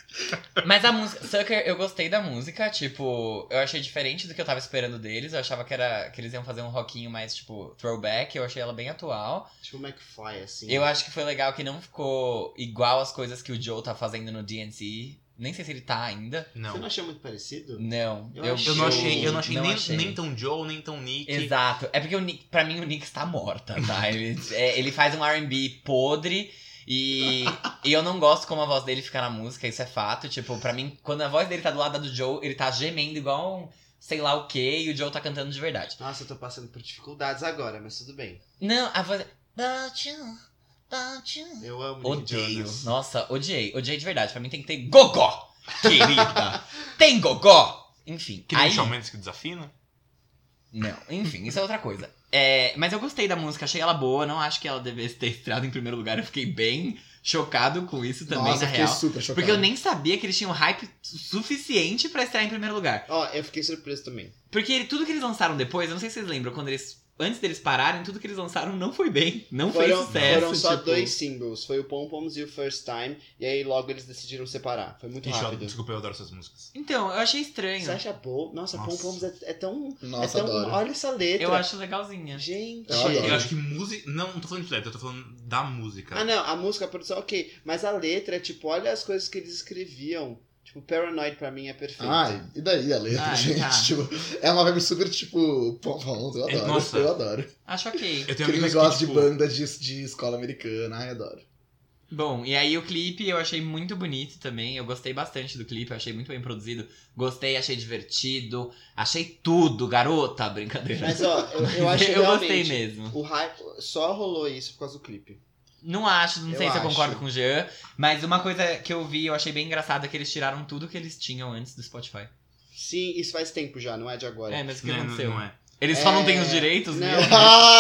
Mas a música, Sucker, eu gostei da música, tipo, eu achei diferente do que eu tava esperando deles. Eu achava que, era, que eles iam fazer um rockinho mais, tipo, throwback, eu achei ela bem atual. Tipo McFly, assim. Eu acho que foi legal que não ficou igual as coisas que o Joe tá fazendo no D N C. Nem sei se ele tá ainda. Não. Você não achou muito parecido? Não. Eu Eu não achei, eu não achei, nem, achei. nem tão Joe, nem tão Nick. Exato. É porque o Nick, pra mim o Nick está morta, tá? Ele, é, ele faz um R and B podre e, e eu não gosto como a voz dele fica na música, isso é fato. Tipo, pra mim, quando a voz dele tá do lado da do Joe, ele tá gemendo igual um sei lá o que e o Joe tá cantando de verdade. Nossa, eu tô passando por dificuldades agora, mas tudo bem. Não, a voz... But you, but you... Eu amo Nick Odeio. Jonas. Nossa, odiei. Odiei de verdade. Pra mim tem que ter gogó, querida. Tem gogó. Enfim. Que nem aí... Shawn Mendes que desafina. Não, enfim, isso é outra coisa. É, mas eu gostei da música, achei ela boa. Não acho que ela devesse ter estreado em primeiro lugar. Eu fiquei bem chocado com isso também, Nossa, na eu fiquei real. super chocado. Porque eu nem sabia que eles tinham hype suficiente pra estrear em primeiro lugar. Ó, eu fiquei surpreso também. Porque ele- tudo que eles lançaram depois, eu não sei se vocês lembram, quando eles. Antes deles pararem, tudo que eles lançaram não foi bem. Não fez Foram, sucesso. foram só tipo... dois singles. Foi o Pom Poms e o First Time. E aí logo eles decidiram separar. Foi muito Ixi, eu- rápido. desculpa, eu adoro essas músicas. Então, eu achei estranho. Você acha bom? Nossa, Pom Nossa. Poms é, é tão... Nossa, é tão adoro. olha essa letra. Eu acho legalzinha. Gente... Eu adoro. Eu acho que música. Não, não tô falando de letra, eu tô falando da música. Ah, não, a música, a produção, ok. Mas a letra é tipo, olha as coisas que eles escreviam. Tipo, Paranoid pra mim é perfeito. Ai, e daí a letra, Ai, gente? tá. Tipo, é uma vibe super, tipo, pom, pom, eu É, adoro. nossa. Eu adoro. Acho ok. Eu tenho Aquele amigos negócio que, de tipo, banda de, de escola americana, ai, adoro. Bom, e aí o clipe eu achei muito bonito também. Eu gostei bastante do clipe, eu achei muito bem produzido. Gostei, achei divertido. Achei tudo, garota. Brincadeira. Mas ó, eu, eu acho eu gostei realmente... mesmo. O hype só rolou isso por causa do clipe. Não acho, não Eu sei se eu acho. concordo com o Jean, mas uma coisa que eu vi, eu achei bem engraçado é que eles tiraram tudo que eles tinham antes do Spotify. Sim, isso faz tempo já, não é de agora. É, mas o que Não, não, aconteceu? não é. Eles só não É, têm os direitos não. mesmo?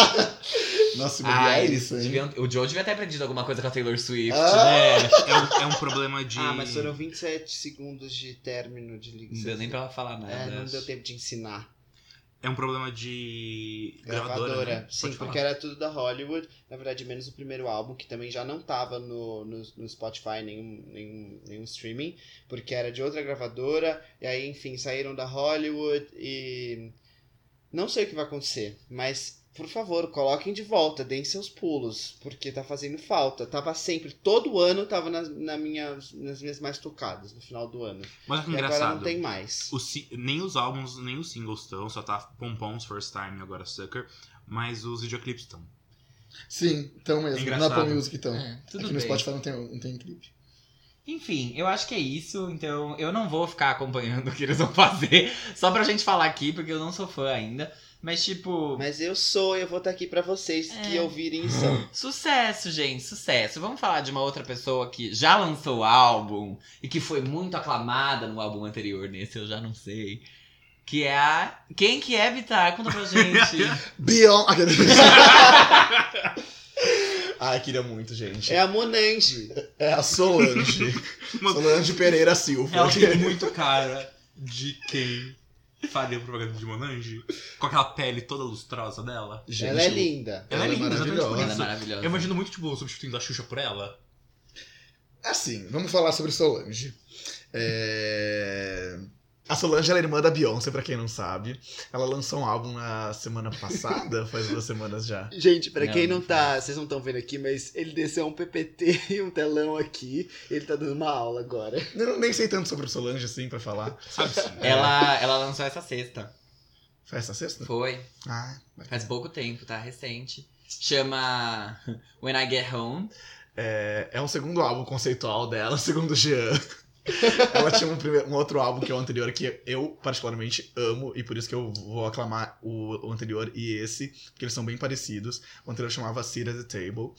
Nossa, Ah, é eles isso, hein? deviam... O Joe devia ter aprendido alguma coisa com a Taylor Swift, Ah. né? É um, é um problema de. Ah, mas foram vinte e sete segundos de término de ligação. Não deu nem pra ela falar nada. É, não deu tempo de ensinar. É um problema de. Gravadora. Gravadora. Né? Sim, Pode falar. porque era tudo da Hollywood. Na verdade, menos o primeiro álbum, que também já não tava no, no, no Spotify, nenhum, nenhum, nenhum streaming, porque era de outra gravadora. E aí, enfim, saíram da Hollywood e. Não sei o que vai acontecer, mas. Por favor, coloquem de volta, deem seus pulos, porque tá fazendo falta. Tava sempre, todo ano tava nas, na minha, nas minhas mais tocadas, no final do ano. Mas olha que E agora engraçado. não tem mais. O si- nem os álbuns, nem os singles estão, só tá Pom Poms, First Time e agora Sucker, mas os videoclipes estão. Sim, então mesmo. Na Engraçado. Apple Music, então. É, tudo Aqui no bem. Spotify não tem, não tem clipe. Enfim, eu acho que é isso. Então, eu não vou ficar acompanhando o que eles vão fazer. Só pra gente falar aqui, porque eu não sou fã ainda. Mas, tipo... Mas eu sou, eu vou estar aqui pra vocês É. que ouvirem e são. Sucesso, gente, sucesso. Vamos falar de uma outra pessoa que já lançou o álbum e que foi muito aclamada no álbum anterior, nesse eu já não sei. Que é a... Quem que é, Vitar? Conta pra gente. Beyoncé. Ai, queria muito, gente. É a Monange. É a Solange. Solange Pereira Silva. Ela tem muito cara de quem faria propaganda de Monange. Com aquela pele toda lustrosa dela. Gente, Ela é linda. Ela, Ela é é linda, exatamente por maravilhosa. Ela é isso. maravilhosa. Eu imagino muito, tipo, substituindo a Xuxa por ela. Assim, vamos falar sobre Solange. É... A Solange ela é irmã da Beyoncé, pra quem não sabe. Ela lançou um álbum na semana passada, faz duas semanas já. Gente, pra Não, quem não não tá, vocês não estão vendo aqui, mas ele desceu um P P T e um telão aqui. Ele tá dando uma aula agora. Eu nem sei tanto sobre Solange assim pra falar. Sabe sim. Ela, ela lançou essa sexta. Foi essa sexta? Foi. Ah, Faz pouco tempo, tá? Recente. Chama When I Get Home. é, é um segundo álbum conceitual dela, segundo o Jean. Ela tinha um, primeiro, um outro álbum que é o anterior que eu particularmente amo e por isso que eu vou aclamar o, o anterior e esse, porque eles são bem parecidos. O anterior chamava Sit at the Table.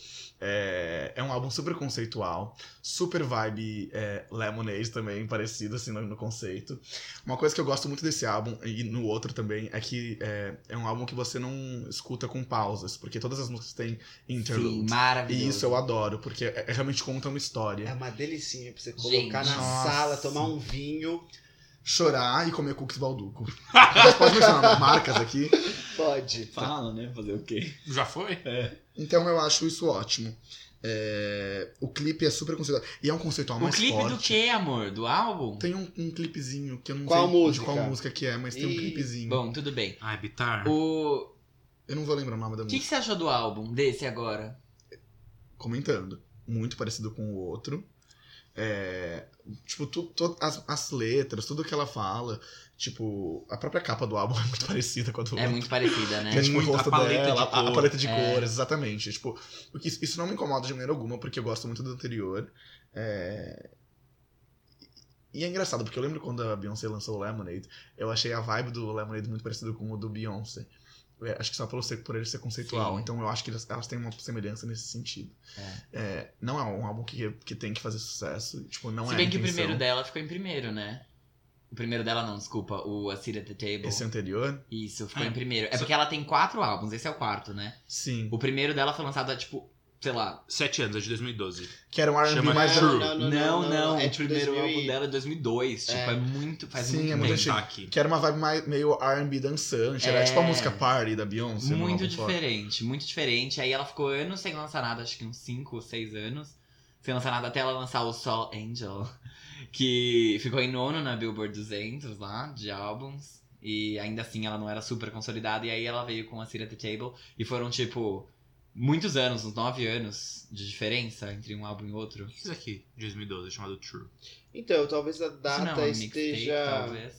É, é um álbum super conceitual, super vibe é, Lemonade também, parecido assim no, no conceito. Uma coisa que eu gosto muito desse álbum e no outro também é que é, é um álbum que você não escuta com pausas, porque todas as músicas têm interlude. Sim, maravilhoso. E isso eu adoro, porque é, é realmente conta uma história. É uma delicinha pra você Gente, colocar na nossa. sala, tomar um vinho. Chorar e comer cookies balduco. Mas pode mencionar marcas aqui. Pode. Fala, né? Fazer o quê? Já foi? Então eu acho isso ótimo. É, o clipe é super conceitual. E é um conceitual O mais clipe forte. do quê, amor? Do álbum? Tem um, um clipezinho que eu não Qual sei música? de qual música que é, mas tem um Ih, clipezinho. Bom, tudo bem. Ai, Bitar. O Eu não vou lembrar o nome da o que, que música. você achou do álbum, desse agora? Comentando. Muito parecido com o outro. É, tipo, tu, tu- as, as letras, tudo que ela fala. Tipo, a própria capa do álbum é muito parecida com a do É outro. muito parecida, né? Que é tipo o Muito a rosto paleta dela, de a, a cor. paleta de É. cores, exatamente. Tipo, porque isso, isso não me incomoda de maneira alguma, porque eu gosto muito do anterior. É... E é engraçado, porque eu lembro quando a Beyoncé lançou o Lemonade, eu achei a vibe do Lemonade muito parecida com o do Beyoncé. É, acho que só pelo ser, por ele ser conceitual. Sim. Então eu acho que elas, elas têm uma semelhança nesse sentido. É, não é um álbum que, que tem que fazer sucesso. Tipo, não Se é bem a que o intenção. primeiro dela ficou em primeiro, né? O primeiro dela não, desculpa. O A Sit at the Table. Esse anterior? Isso, ficou É. em primeiro. É Só- porque ela tem quatro álbuns, esse é o quarto, né? Sim. O primeiro dela foi lançado há, tipo, sei lá... Sete anos, é de dois mil e doze. Que era um R and B Chama mais... True. Não, não, É o tipo primeiro dois mil álbum e- dela é dois mil e dois. Tipo, é, É. muito... Faz Sim, muito é muito tempo. antigo. Tá aqui. Que era uma vibe mais, meio R and B dançante. Era É. tipo a música Party da Beyoncé. no Muito álbum fora. diferente, muito diferente. Aí ela ficou anos sem lançar nada, acho que uns cinco ou seis anos. Sem lançar nada até ela lançar o Soul Angel, que ficou em nono na Billboard duzentos lá, de álbuns. E ainda assim ela não era super consolidada. E aí ela veio com a Sit at the Table. E foram, tipo, muitos anos, uns nove anos de diferença entre um álbum e outro. O que é isso aqui, de dois mil e doze, chamado True? Então, talvez a Isso não é data uma mixtape, esteja. talvez.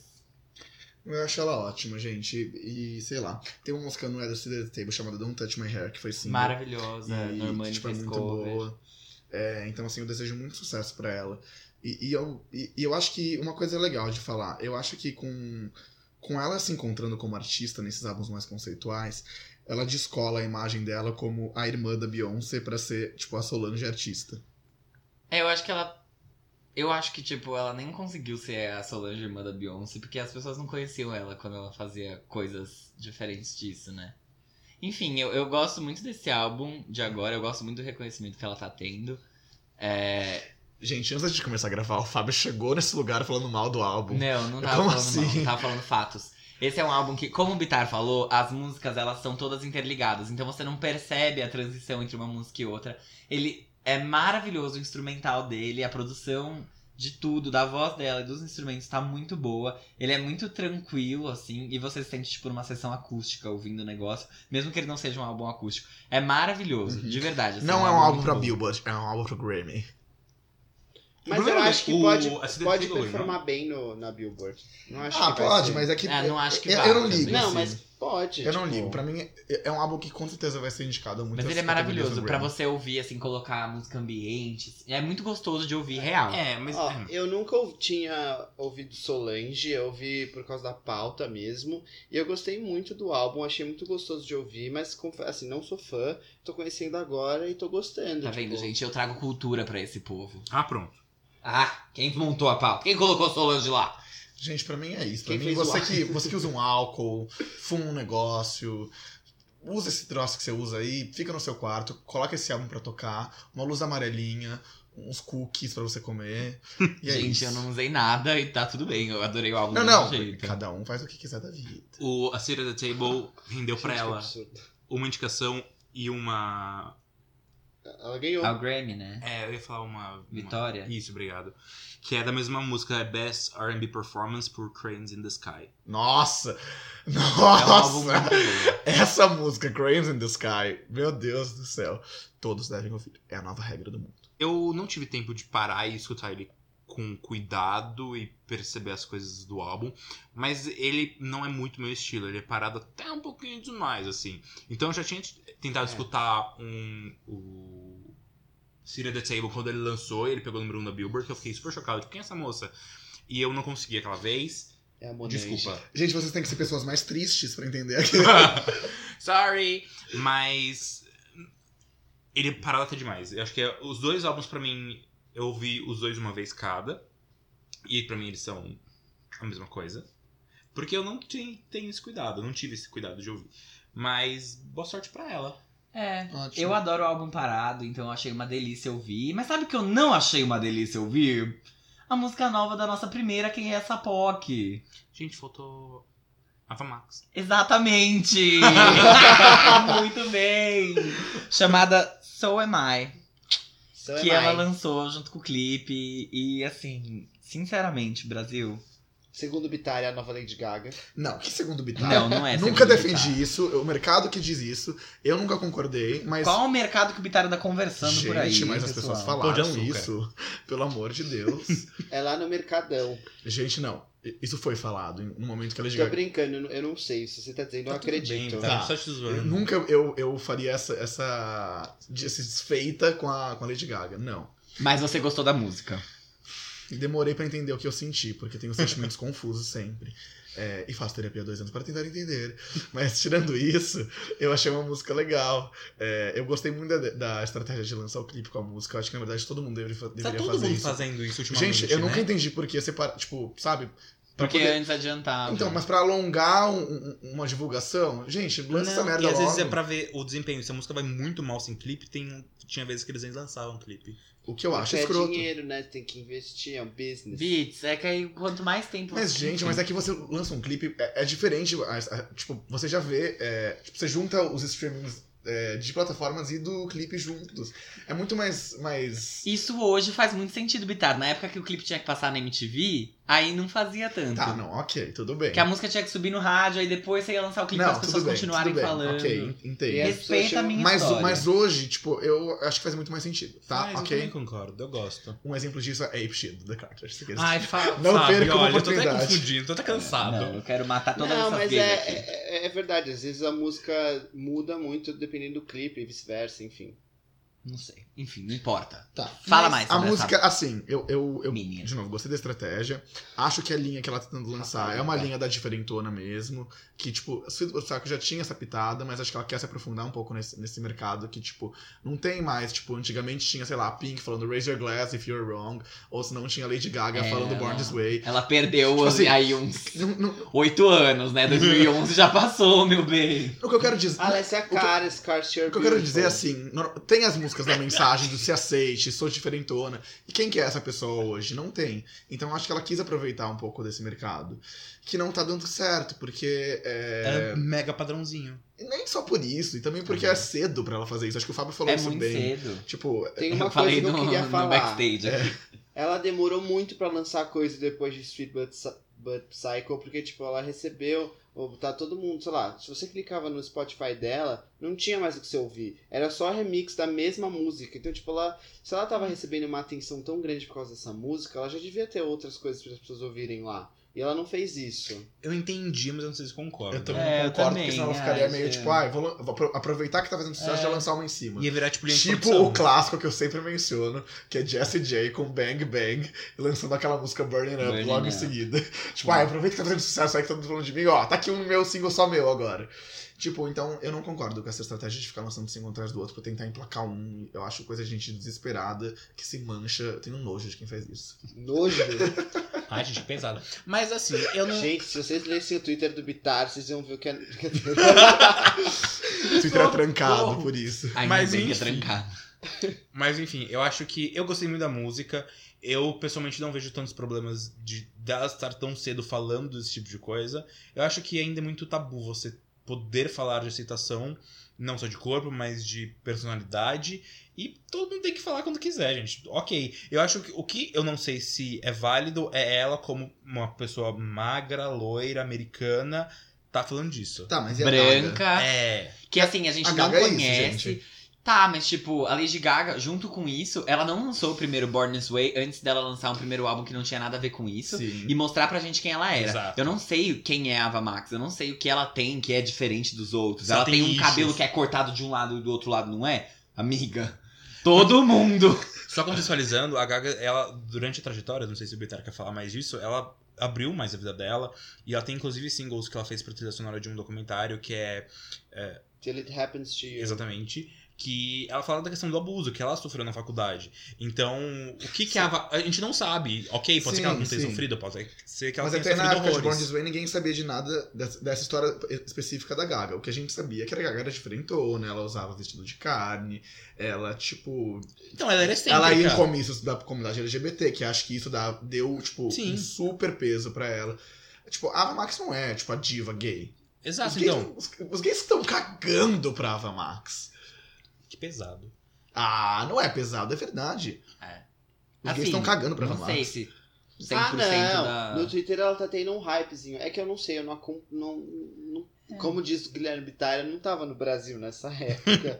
Eu acho ela ótima, gente. E sei lá. Tem uma música no Eder City Table chamada Don't Touch My Hair, que foi single. Maravilhosa. E, Normani tipo, é fez muito cover. boa. É, então, assim, eu desejo muito sucesso pra ela. E, e eu, e, e eu acho que uma coisa legal de falar, eu acho que com, com ela se encontrando como artista nesses álbuns mais conceituais, ela descola a imagem dela como a irmã da Beyoncé pra ser, tipo, a Solange artista. É, eu acho que ela. Eu acho que, tipo, ela nem conseguiu ser a Solange, irmã da Beyoncé, porque as pessoas não conheciam ela quando ela fazia coisas diferentes disso, né? Enfim, eu, eu gosto muito desse álbum de agora, eu gosto muito do reconhecimento que ela tá tendo. É... Gente, antes de começar a gravar, o Fábio chegou nesse lugar falando mal do álbum. Não, não tava Como falando assim? mal, tava falando fatos. Esse é um álbum que, como o Bitar falou, as músicas elas são todas interligadas, então você não percebe a transição entre uma música e outra. Ele é maravilhoso, o instrumental dele, a produção de tudo, da voz dela e dos instrumentos tá muito boa. Ele é muito tranquilo, assim, e você se sente, tipo, numa sessão acústica ouvindo o negócio, mesmo que ele não seja um álbum acústico. É maravilhoso, Uhum. de verdade. assim, Não é um álbum muito pra bom. Billboard, é um álbum pro Grammy. Mas O eu problema acho que é o- pode, a City pode Taylor, performar bem no, na Billboard. Não acho Ah, que vai pode, ser. mas é que. É, não acho que eu, vai eu não também. ligo. Não, assim. mas Pode. Eu não tipo, ligo. Pra mim, é é um álbum que com certeza vai ser indicado a muitas Mas ele é categorias maravilhoso do pra Grammy. você ouvir, assim, colocar música ambiente. É muito gostoso de ouvir, real. É, mas. Ó, é. eu nunca ou- tinha ouvido Solange, eu ouvi por causa da pauta mesmo. E eu gostei muito do álbum, achei muito gostoso de ouvir, mas confe- assim, não sou fã, tô conhecendo agora e tô gostando. Tá vendo, tipo, gente? Eu trago cultura pra esse povo. Ah, pronto. Ah, quem montou a pauta? Quem colocou Solange lá? Gente, pra mim é isso. Pra Quem mim, fez o você álbum? que, você que usa um álcool, fuma um negócio, usa esse troço que você usa aí, fica no seu quarto, coloca esse álbum pra tocar, uma luz amarelinha, uns cookies pra você comer. E é gente, isso. eu não usei nada e tá tudo bem. Eu adorei o álbum Não, do não. mesmo jeito. Cada um faz o que quiser da vida. O, a Seat at the Table rendeu gente, pra que ela absurdo. uma indicação e uma. Ela ganhou. Ah, o Grammy, né? É, eu ia falar uma. uma- Vitória. Isso, obrigado. Que é da mesma música, é Best R and B Performance por Cranes in the Sky. Nossa! É um álbum Nossa! muito bom. Essa música, Cranes in the Sky, meu Deus do céu. Todos devem ouvir. É a nova regra do mundo. Eu não tive tempo de parar e escutar ele com cuidado e perceber as coisas do álbum, mas ele não é muito meu estilo, ele é parado até um pouquinho demais, assim. Então eu já tinha tentado É. escutar um, o Seat at the Table quando ele lançou, ele pegou o número um da Billboard, que eu fiquei super chocado, tipo, quem é essa moça? E eu não consegui aquela vez. É a Monange. Desculpa. Gente, vocês têm que ser pessoas mais tristes pra entender aqui. Sorry! Mas ele é parado até demais. Eu acho que é- os dois álbuns, pra mim, eu ouvi os dois uma vez cada. E pra mim eles são a mesma coisa. Porque eu não tenho, tenho esse cuidado, eu não tive esse cuidado de ouvir. Mas boa sorte pra ela. É, Ótimo. eu adoro o álbum parado, então eu achei uma delícia ouvir. Mas sabe o que eu não achei uma delícia ouvir? A música nova da nossa primeira, Quem é essa P O C? Gente, faltou Ava Max. Exatamente! Muito bem! Chamada So Am I, So que am ela I. lançou junto com o clipe. E assim, sinceramente, Brasil, Segundo Bitar, é a nova Lady Gaga. Não, que segundo Bitar? não, não é. Nunca segundo defendi Bitar. isso, o mercado que diz isso, eu nunca concordei, mas. Qual o mercado que o Bitar anda conversando Gente, por aí? mas as pessoal? pessoas Pão de falaram açúcar. isso, pelo amor de Deus. É lá no Mercadão. Gente, não. Isso foi falado em um momento que ela Tô diga. brincando, eu não- eu não sei. Se você tá dizendo, eu Tá tudo bem, acredito. tá? Tá. Só te Eu zoando. Nunca eu, eu faria essa, essa, essa desfeita com a, com a Lady Gaga. Não. Mas você gostou da música? Demorei pra entender o que eu senti, porque tenho sentimentos confusos sempre. É, e faço terapia há dois anos para tentar entender. Mas tirando isso, eu achei uma música legal. É, eu gostei muito da, da estratégia de lançar o clipe com a música. Eu acho que na verdade todo mundo deveria, Tá deveria todo fazer mundo isso. fazendo isso ultimamente, Gente, eu nunca né? entendi por que separar. Tipo, sabe? Pra Porque poder- antes adiantava. Então, mas pra alongar um- um- uma divulgação, gente, lança essa Não, merda e às vezes logo. é pra ver o desempenho. Se a música vai muito mal sem clipe, tem, tinha vezes que eles nem lançavam clipe. O que eu acho Porque é escroto. dinheiro, né? Tem que investir, é um business. Beats, é que aí quanto mais tempo Mas, você gente, tem. mas é que você lança um clipe, é, é diferente. a- a- tipo, você já vê. é, tipo, você junta os streamings é, de plataformas e do clipe juntos. É muito mais. mais... Isso hoje faz muito sentido, Bitar. Na época que o clipe tinha que passar na M T V, aí não fazia tanto. Tá, não, ok, tudo bem. Que a música tinha que subir no rádio, aí depois você ia lançar o clipe para Não, as tudo pessoas bem, continuarem tudo bem, falando. ok, entendo. E as Respeita pessoas a minha Mas, história. mas hoje, tipo, eu acho que faz muito mais sentido, tá? Mas eu ok? também concordo, eu gosto. Um exemplo disso é Ape Shit, do The Carters. Se quer dizer. Ai, fala, Não sabe, perca uma olha, eu tô até oportunidade. confundindo, tô até cansado. Não, eu quero matar todas Não, essas mas gays é, aqui. é, é verdade. Às vezes a música muda muito dependendo do clipe e vice-versa, enfim. Não sei. Enfim, não importa. Tá. Fala Mas mais A sobre música, essa assim, eu, eu, eu minha. de novo, gostei da estratégia. Acho que a linha que ela tá tentando lançar é uma linha da diferentona mesmo. Que, tipo, a Sweet But Psycho já tinha essa pitada, mas acho que ela quer se aprofundar um pouco nesse, nesse mercado que, tipo, não tem mais. Tipo, antigamente tinha, sei lá, a Pink falando Raise Your Glass if you're wrong. Ou se não tinha Lady Gaga É, falando Born ela- This Way. Ela perdeu Tipo assim, aí uns Não, não, oito anos, né? dois mil e onze já passou, meu bem. o que eu quero dizer. Alessia Cara, Scarce Your O que eu quero dizer é Beautiful. assim, no- tem as músicas da mensagem do se aceite, sou diferentona. E quem que é essa pessoa hoje? Não tem. Então eu acho que ela quis aproveitar um pouco desse mercado. Que não tá dando certo, porque. É... É mega padrãozinho. Nem só por isso, e também porque é cedo pra ela fazer isso. Acho que o Fábio falou É isso muito bem. cedo. Tipo, Tem uma eu coisa falei que eu no, queria no falar. backstage aqui. Ela demorou muito pra lançar coisa depois de Street But, Psy- But Psycho, porque, tipo, ela recebeu, ou tá todo mundo, sei lá, se você clicava no Spotify dela, não tinha mais o que você ouvir. Era só remix da mesma música. Então, tipo, ela, se ela tava recebendo uma atenção tão grande por causa dessa música, ela já devia ter outras coisas para as pessoas ouvirem lá. E ela não fez isso. Eu entendi, mas eu não sei se concordo. Eu também É, não eu concordo, também, porque senão ela ficaria é, meio é. tipo, ai, vou, lan- vou apro- aproveitar que tá fazendo sucesso e É. já lançar uma em cima. Ia virar tipo linha de Tipo produção. o clássico que eu sempre menciono, que é Jessie J com Bang Bang, lançando aquela música Burning Up Burning logo em Up. seguida. Tipo, ai, aproveita que tá fazendo sucesso aí que tá falando de mim, ó, tá aqui um meu single só meu agora. Tipo, então eu não concordo com essa estratégia de ficar lançando single atrás do outro pra tentar emplacar um. Eu acho coisa de gente desesperada, que se mancha. Eu tenho nojo de quem faz isso. Nojo. Ai, gente, pesada. Mas assim, eu não... Gente, se vocês lessem o Twitter do Bitar, vocês iam ver o que é... O Twitter é trancado por isso. Ainda Mas bem que é enfim. trancado. Mas enfim, eu acho que eu gostei muito da música. Eu, pessoalmente, não vejo tantos problemas de dela estar tão cedo falando desse tipo de coisa. Eu acho que ainda é muito tabu você poder falar de aceitação, não só de corpo, mas de personalidade. E todo mundo tem que falar quando quiser, gente. Ok. Eu acho que o que eu não sei se é válido é ela, como uma pessoa magra, loira, americana, tá falando disso. Tá, mas e a Gaga? Branca. É. Que assim, a gente A não Gaga é isso, conhece. gente. Tá, mas tipo, a Lady Gaga, junto com isso, ela não lançou o primeiro Born This Way antes dela lançar um primeiro álbum que não tinha nada a ver com isso. Sim. E mostrar pra gente quem ela era. Exato. Eu não sei quem é a Ava Max, eu não sei o que ela tem que é diferente dos outros. Só ela tem tem um issues. cabelo que é cortado de um lado e do outro lado, não é? Amiga. Todo mundo. Só contextualizando, a Gaga, ela, durante a trajetória, não sei se o Bitar quer falar mais disso, ela abriu mais a vida dela. E ela tem, inclusive, singles que ela fez pra trilha sonora de um documentário, que é... é Till it happens to you. exatamente... que ela fala da questão do abuso que ela sofreu na faculdade. Então, o que que a... Ava- a gente não sabe. Ok, pode ser que ela não Sim, tenha sim. sofrido, pode ser que ela Mas tenha até na sofrido época de Born horrores. This Way ninguém sabia de nada dessa, dessa história específica da Gaga. O que a gente sabia é que a Gaga era diferentona, ela usava vestido de carne, ela, tipo... Então, ela era excêntrica. Ela ia em comícios da comunidade L G B T, que acho que isso dá, deu, tipo, Sim. um super peso pra ela. Tipo, a Ava Max não é, tipo, a diva gay. Exato, os, gays, então. os, os gays estão cagando pra Ava Max. Que pesado. Ah, não é pesado, é verdade. É. Os Assim, gays estão cagando pra Não Ava sei Max. se cem Ah, por não. cento da... No Twitter ela tá tendo um hypezinho. É que eu não sei, eu não... acom- não, não É. Como diz o Guilherme Bittar, eu não tava no Brasil nessa época.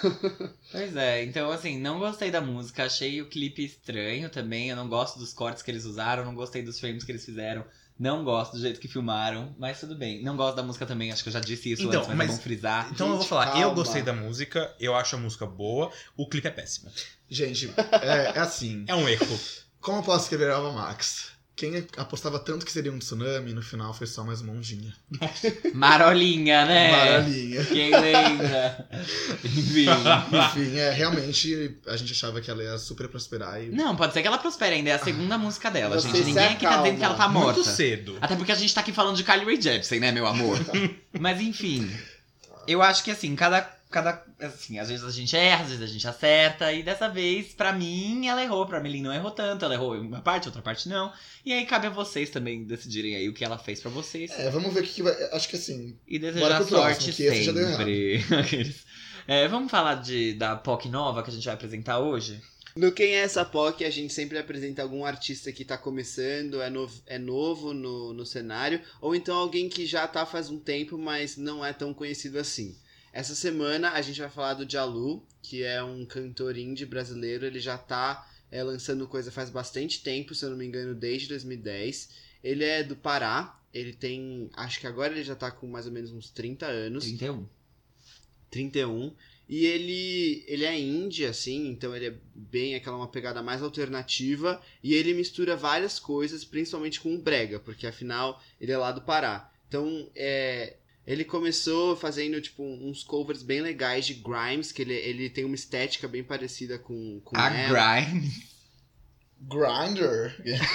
Pois é, então assim, não gostei da música, achei o clipe estranho também, eu não gosto dos cortes que eles usaram, não gostei dos frames que eles fizeram, não gosto do jeito que filmaram, mas tudo bem. Não gosto da música também, acho que eu já disse isso Então, antes, mas, mas- é bom frisar. Então eu vou Gente, falar, eu calma. gostei da música, eu acho a música boa, o clipe é péssimo. Gente, é, é assim. É um erro. Como eu posso escrever Ava Max? Quem apostava tanto que seria um tsunami, no final foi só mais uma ondinha. Marolinha, né? Maravilha. Quem lembra? Enfim. Enfim, é, realmente a gente achava que ela ia super prosperar e. Não, pode ser que ela prospere ainda, é a segunda música dela, Você gente. se Ninguém aqui tá dizendo que ela tá acalma. morta. Muito cedo. Até porque a gente tá aqui falando de Kylie Rae Jepsen, né, meu amor? Mas enfim, eu acho que assim, cada, cada. Assim, às vezes a gente erra, às vezes a gente acerta. E dessa vez, pra mim, ela errou. Pra Melim não errou tanto. Ela errou em uma parte, outra parte não. E aí cabe a vocês também decidirem aí o que ela fez pra vocês. É, vamos ver o que, que vai. Acho que assim. E Bora desejar pro sorte próximo, que esse já deu sempre. Aqueles. É, vamos falar de, da P O C nova que a gente vai apresentar hoje? No Quem é essa P O C, a gente sempre apresenta algum artista que tá começando, é novo, é novo no, no cenário, ou então alguém que já tá faz um tempo, mas não é tão conhecido assim. Essa semana a gente vai falar do Jalu, que é um cantor indie brasileiro, ele já tá é, lançando coisa faz bastante tempo, se eu não me engano, desde dois mil e dez. Ele é do Pará, ele tem, acho que agora ele já tá com mais ou menos uns trinta anos. trinta e um. trinta e um. E ele, ele é indie, assim, então ele é bem aquela uma pegada mais alternativa. E ele mistura várias coisas, principalmente com o brega, porque afinal ele é lá do Pará. Então, é, ele começou fazendo, tipo, uns covers bem legais de Grimes, que ele, ele tem uma estética bem parecida com, com A ela. Grime. Grindr.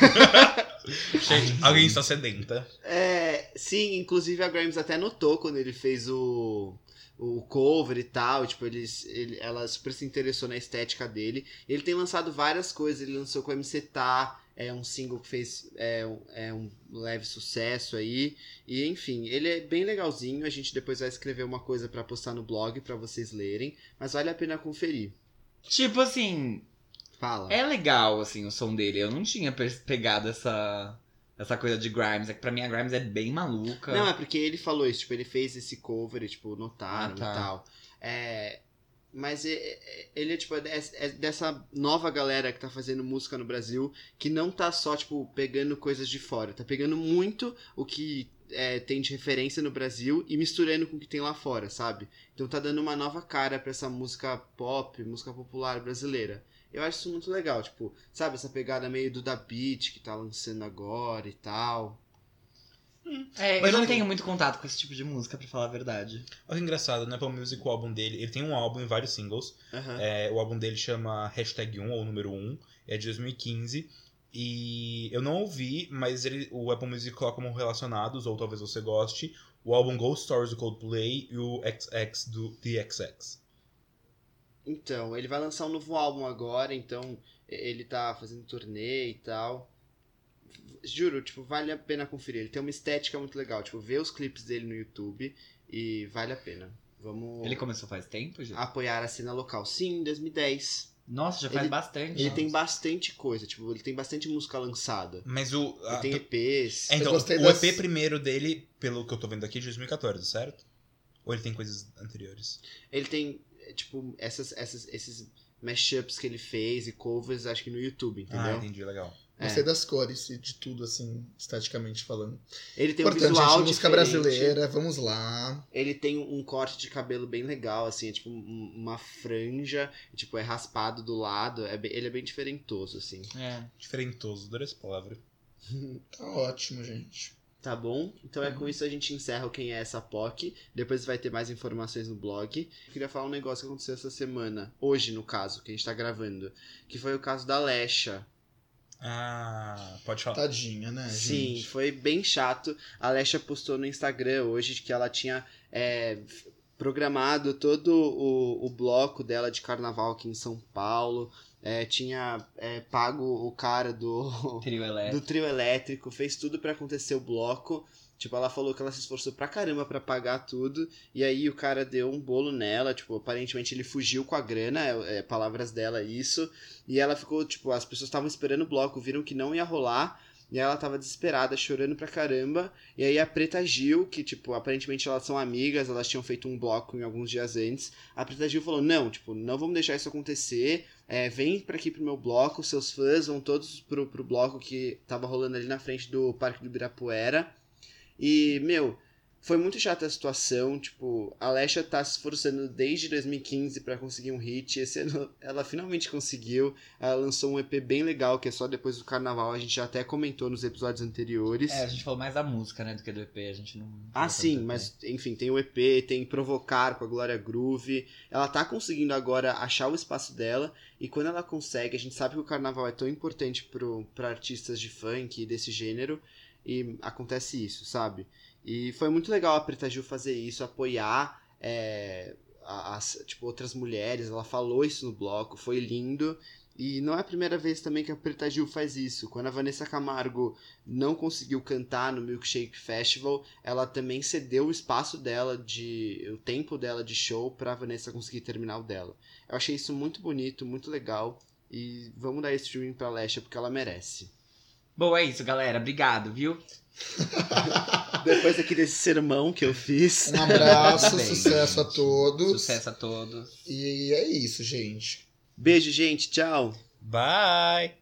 Gente, alguém está sedenta. É, sim, inclusive a Grimes até notou quando ele fez o, o cover e tal, tipo, eles, ele, ela super se interessou na estética dele. Ele tem lançado várias coisas, ele lançou com o M C Tá, é um single que fez é, um- é um leve sucesso aí. E enfim, ele é bem legalzinho, a gente depois vai escrever uma coisa pra postar no blog pra vocês lerem, mas vale a pena conferir. Tipo assim, Fala. é legal, assim, o som dele. Eu não tinha pe- pegado essa, essa coisa de Grimes. É que pra mim a Grimes é bem maluca. Não, é porque ele falou isso, tipo, ele fez esse cover e, tipo, notaram Ah, tá. e tal. É, Mas é- é- ele é, tipo, é, é dessa nova galera que tá fazendo música no Brasil, que não tá só, tipo, pegando coisas de fora. Tá pegando muito o que é, tem de referência no Brasil e misturando com o que tem lá fora, sabe? Então tá dando uma nova cara pra essa música pop, música popular brasileira. Eu acho isso muito legal, tipo, sabe? Essa pegada meio do Da Beat que tá lançando agora e tal. É, Mas eu não eu- tenho muito contato com esse tipo de música, pra falar a verdade. Olha que engraçado, né? Apple Music, o álbum dele, ele tem um álbum e vários singles. Aham. É, o álbum dele chama Hashtag um, ou número um, é de dois mil e quinze. E eu não ouvi, mas ele, o Apple Music coloca como relacionados, ou talvez você goste, o álbum Ghost Stories do Coldplay e o X X do The X X. Então, ele vai lançar um novo álbum agora, então ele tá fazendo turnê e tal. Juro, tipo, vale a pena conferir. Ele tem uma estética muito legal. Tipo, vê os clipes dele no YouTube e vale a pena. Vamos Ele começou faz tempo, gente? apoiar a cena local. Sim, em dois mil e dez. Nossa, já faz Ele- bastante. Ele tem bastante coisa, tipo, ele tem bastante música lançada. Mas o. Ele a- tem E Ps. É, então, Eu gostei o das- E P primeiro dele, pelo que eu tô vendo aqui, é de dois mil e quatorze, certo? Ou ele tem coisas anteriores? Ele tem, é, tipo, essas, essas, esses mashups que ele fez e covers, acho que no YouTube, Ah, entendeu? entendi, legal. É. Gostei das cores e de tudo, assim, esteticamente falando. Ele tem um Importante, visual gente, música diferente. brasileira, vamos lá. Ele tem um corte de cabelo bem legal, assim, é tipo um- uma franja, tipo, é raspado do lado, é bem- ele é bem diferentoso, assim. É. Diferentoso, adorei essa palavra. Tá ótimo, gente. Tá bom? Então é com isso a gente encerra o Quem é essa P O C. Depois vai ter mais informações no blog. Eu queria falar um negócio que aconteceu essa semana, hoje no caso, que a gente tá gravando, que foi o caso da Lesha. Ah, pode falar. Tadinha, né, Sim, gente? foi bem chato. A Lesha postou no Instagram hoje que ela tinha é, f- programado todo o, o bloco dela de carnaval aqui em São Paulo. É, tinha é, pago o cara do, Trio do elétrico. trio elétrico, fez tudo pra acontecer o bloco. Tipo, ela falou que ela se esforçou pra caramba pra pagar tudo. E aí o cara deu um bolo nela. Tipo, aparentemente ele fugiu com a grana. É, é, palavras dela isso. E ela ficou, tipo, as pessoas estavam esperando o bloco, viram que não ia rolar. E ela tava desesperada, chorando pra caramba. E aí a Preta Gil, que, tipo, aparentemente elas são amigas, elas tinham feito um bloco em alguns dias antes. A Preta Gil falou, não, tipo, não vamos deixar isso acontecer. É, vem pra aqui pro meu bloco, seus fãs vão todos pro, pro bloco que tava rolando ali na frente do Parque do Ibirapuera. E, meu, foi muito chata a situação, tipo, a Lesha tá se esforçando desde dois mil e quinze pra conseguir um hit, esse ano ela finalmente conseguiu, ela lançou um E P bem legal, que é só depois do carnaval, a gente já até comentou nos episódios anteriores. É, a gente falou mais da música, né, do que do E P, a gente não... Ah, falou sim, tanto do mas enfim, tem o E P, tem Provocar com a Glória Groove. Ela tá conseguindo agora achar o espaço dela. E quando ela consegue, a gente sabe que o carnaval é tão importante pro, pra artistas de funk e desse gênero. E acontece isso, sabe? E foi muito legal a Preta Gil fazer isso, apoiar é, as, tipo, outras mulheres. Ela falou isso no bloco, foi lindo. E não é a primeira vez também que a Preta Gil faz isso. Quando a Vanessa Camargo não conseguiu cantar no Milkshake Festival, ela também cedeu o espaço dela, de, o tempo dela de show pra Vanessa conseguir terminar o dela. Eu achei isso muito bonito, muito legal. E vamos dar esse streaming pra Lesha porque ela merece. Bom, é isso, galera. Obrigado, viu? Depois aqui desse sermão que eu fiz. Um abraço, Parabéns, sucesso a gente. todos. Sucesso a todos. E é isso, gente. Beijo, gente. Tchau. Bye!